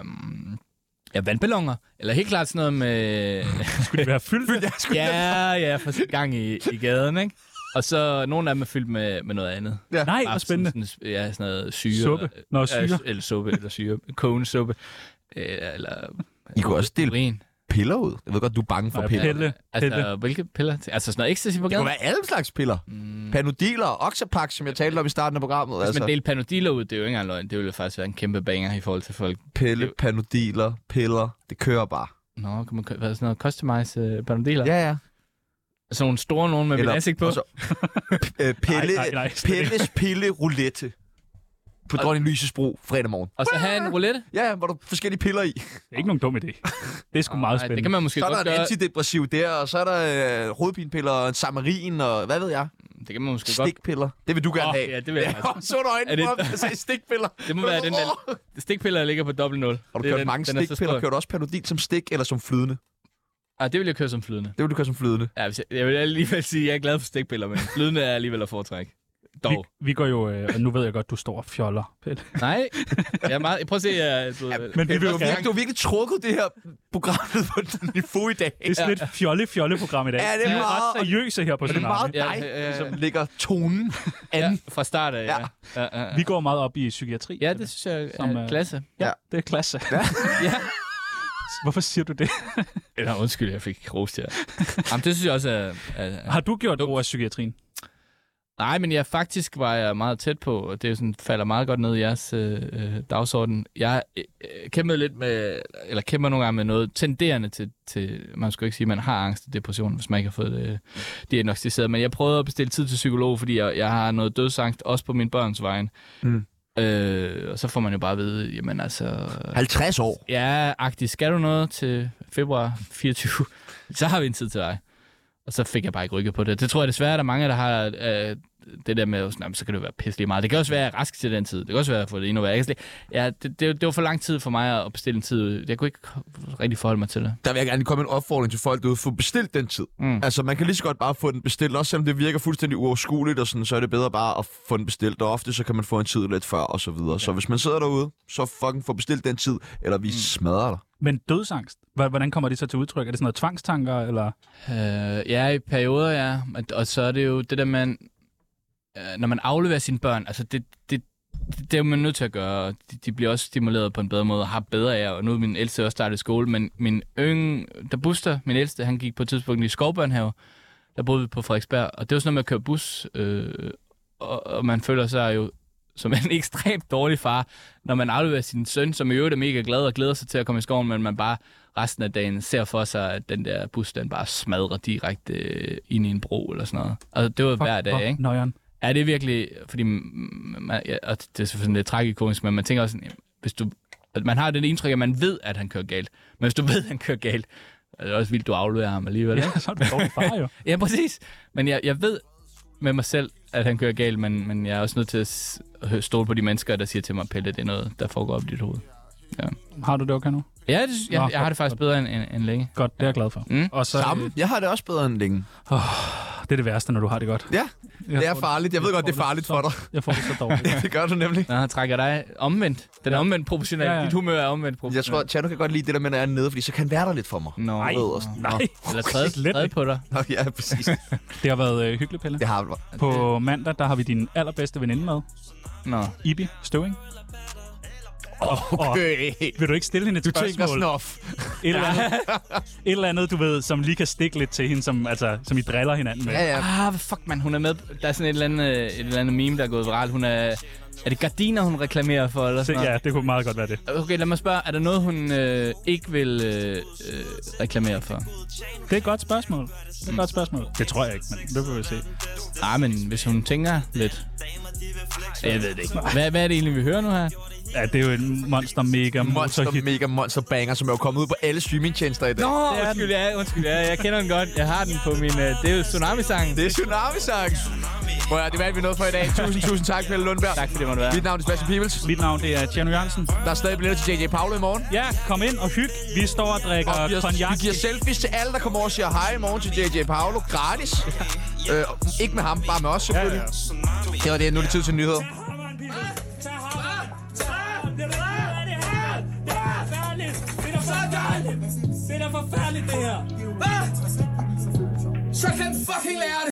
um, ja, vandballoner. Eller helt klart sådan noget med... skulle de være fyldt? ja, ja, for sådan gang i, i gaden, ikke? Og så nogle af dem er fyldt med, med noget andet. Ja. Nej, hvor spændende. Sådan, ja, sådan noget syre. Suppe? Nå, syre. Ja, eller suppe, eller syre. Kogende-suppe. Eller... I kunne også dele piller ud. Jeg ved godt, du er bange for ja, piller. Pille. Altså, pille. hvilke piller? Altså sådan noget ecstasy på gaden? Det kunne være alle slags piller. Mm. Panodiler og Oxapax, som jeg talte om i starten af programmet. Hvis altså. man deler panodiler ud, det er jo ikke engang løgn. Det ville faktisk være en kæmpe banger i forhold til folk. Pille, panodiler, piller. Det kører bare. Nå, kan man kø- hvad, sådan noget customize uh, panodiler? Ja, ja. Sådan nogle store nogen med mit ansigt på? Også, p- pille, nej, nej, nej, Pelles pille roulette. på Dronning Louises Bro fredag morgen. Og så have en roulette? Ja, hvor der er forskellige piller i. Det er ikke nogen dum idé. Det er sgu oh, meget spændende. Det kan man måske så er godt der en gøre. antidepressiv der, og så er der øh, hovedpinepiller og en samarin, og hvad ved jeg? Det kan man måske Stikpiller. godt. Det vil du gerne oh, have. Ja, det vil jeg. Ja, så du øjnene på, at jeg sagde stikpiller. Det må være den der stikpiller, der ligger på dobbelt nul. Har du kørt mange stikpiller? Kører du også Panodil som stik eller som flydende? Ah, det vil jeg køre som flydende. Det vil du køre som flydende? Ja, jeg, jeg vil alligevel sige, at jeg er glad for stikpiller, men flydende er alligevel at foretrække. Dog. Vi, vi går jo, øh, og nu ved jeg godt, du står og fjoller, Pelle. Nej, jeg er meget... Prøv at se, jeg... Du, ja, men vi vil jo virkelig, du har virkelig trukket det her program på den niveau i dag. Det er sådan ja. et fjolle-fjolle-program i dag. Ja, det er vi er meget... ret seriøse her på Tsunami. Det er meget dig, ja, ja, ja. som lægger tonen an. Ja, fra start af, ja. Ja. Ja, ja, ja. Vi går meget op i psykiatri. Ja, det synes jeg er som, klasse. Ja, ja, det er klasse. Ja. Ja. Hvorfor siger du det? Eller undskyld, jeg fik rost her. Jamen, det synes jeg også er... er, er Har du gjort brug af psykiatrien? Nej, men jeg faktisk var jeg meget tæt på, og det sådan, falder meget godt ned i jeres øh, dagsorden. Jeg øh, kæmpede lidt med, eller kæmper nogle gange med noget tenderende til, til, man skal ikke sige, at man har angst og depression, hvis man ikke har fået det diagnostiseret. Men jeg prøvede at bestille tid til psykolog, fordi jeg, jeg har noget dødsangst, også på mine børns vejen. Mm. Øh, og så får man jo bare at vide, jamen altså... halvtreds år? Ja, agtigt. Skal du noget til februar fireogtyve? Så har vi en tid til dig. Og så fik jeg bare ikke rykket på det. Det tror jeg desværre, at der er mange, der har øh, det der med, at så kan det være pisselig meget. Det kan også være, at jeg er rask til den tid. Det kan også være, at få det endnu værre. Ja, det, det, det var for lang tid for mig at bestille en tid. Jeg kunne ikke rigtig forholde mig til det. Der vil jeg gerne komme en opfordring til folk derude. Få bestilt den tid. Mm. Altså, man kan lige så godt bare få den bestilt. Også selvom det virker fuldstændig uoverskueligt, og sådan, så er det bedre bare at få den bestilt. Og ofte så kan man få en tid lidt før, og så videre. Ja. Så hvis man sidder derude, så fucking få bestilt den tid, eller vi mm. smadrer dig. Men dødsangst, hvordan kommer det så til udtryk? Er det sådan noget tvangstanker, eller? Øh, ja, i perioder, ja. Og så er det jo det der, man... Øh, når man afleverer sine børn, altså det, det, det, det er man nødt til at gøre. De, de bliver også stimuleret på en bedre måde og har bedre af. Og nu er min ældste også startet i skole, men min yng... Der Buster, min ældste, han gik på et tidspunkt i skovbørnehave. Der boede vi på Frederiksberg. Og det var sådan noget med at køre bus. Øh, og, og man føler sig jo som en ekstremt dårlig far, når man afleverer sin søn, som i øvrigt er mega glad og glæder sig til at komme i skoven, men man bare resten af dagen ser for sig, at den der bus, den bare smadrer direkte øh, ind i en bro eller sådan noget. Altså, det var fuck, hver dag, fuck, ikke? Nøjeren. Ja, det er virkelig, fordi man, ja, og det er selvfølgelig lidt tragikomisk, men man tænker også, jamen, hvis du, at man har den indtryk, at man ved, at han kører galt. Men hvis du ved, at han kører galt, er det også vildt, du afleverer ham alligevel. Ja, så er du dårlig far jo. Ja, præcis. Men jeg, jeg ved med mig selv, at han kører galt, men, men jeg er også nødt til at stole på de mennesker, der siger til mig, Pelle, det er noget, der foregår op i dit hoved. Ja. Har du det okay nu? Ja, det, jeg, Nå, jeg har det faktisk bedre end, end, end længe. Godt, det er jeg glad for. Mm. Og så, Samme. Jeg har det også bedre end længe. Oh, det er det værste, når du har det godt. Ja, det er farligt. Jeg ved godt, det er farligt for dig. Jeg får det så dårligt. Det gør du nemlig. Nå, han trækker dig omvendt. Den er ja. omvendt proportional. Ja, ja. Dit humør er omvendt proportional. Jeg tror, Tjerno kan godt lide det der med, at jeg er nede, fordi så kan han være der lidt for mig. Nå. Nej, nej. Eller træde, træde på dig. Nå, ja, præcis. Det har været øh, hyggeligt, Pelle. Det har været. På mandag, der har vi din allerbedste veninde med. Nå. Ibi Støving. Okay. Og, vil du ikke stille hende et du spørgsmål? Du tænker snof. Et eller, andet, et eller andet, du ved, som lige kan stikke lidt til hende, som, altså, som I driller hinanden med. Ja, ja. Ah, fuck, man. Hun er med. Der er sådan et eller andet, et eller andet meme, der er gået viralt. Hun er... Er det gardiner, hun reklamerer for? Eller sådan ja, det kunne meget godt være det. Okay, lad mig spørge. Er der noget, hun øh, ikke vil øh, øh, reklamere for? Det er et godt spørgsmål. Det er et godt spørgsmål. Det tror jeg ikke, men det får vi se. Nej, men hvis hun tænker lidt... Jeg ved det ikke. Hvad, hvad er det egentlig, vi hører nu her? Ja, det er jo en monster mega monster monster mega monster banger, som er jo kommet ud på alle streamingtjenester i dag. Nå, undskyld, ja, undskyld, ja, jeg kender den godt. Jeg har den på min... Uh, det er jo Tsunami-sangen. Det er Tsunami-sangen. Prøv at det var alt, vi nåede for i dag. Tusind, tusind tak, Pelle Lundberg. Tak for det, måtte være. Mit navn er Sebastian Peebles. Mit navn det er Tjerno Jørgensen. Der er stadig billetter til J J Paolo i morgen. Ja, kom ind og hyg. Vi står og drikker og vi cognac. Vi giver selfies til alle, der kommer over og siger hej i morgen til J J Paolo. Gratis. øh, ikke med ham, bare med os selvfølgelig. Ja, ja. Det var det. Nu er det tid til nyheder. Det er da forfærdeligt, det her. Så kan fucking lære det.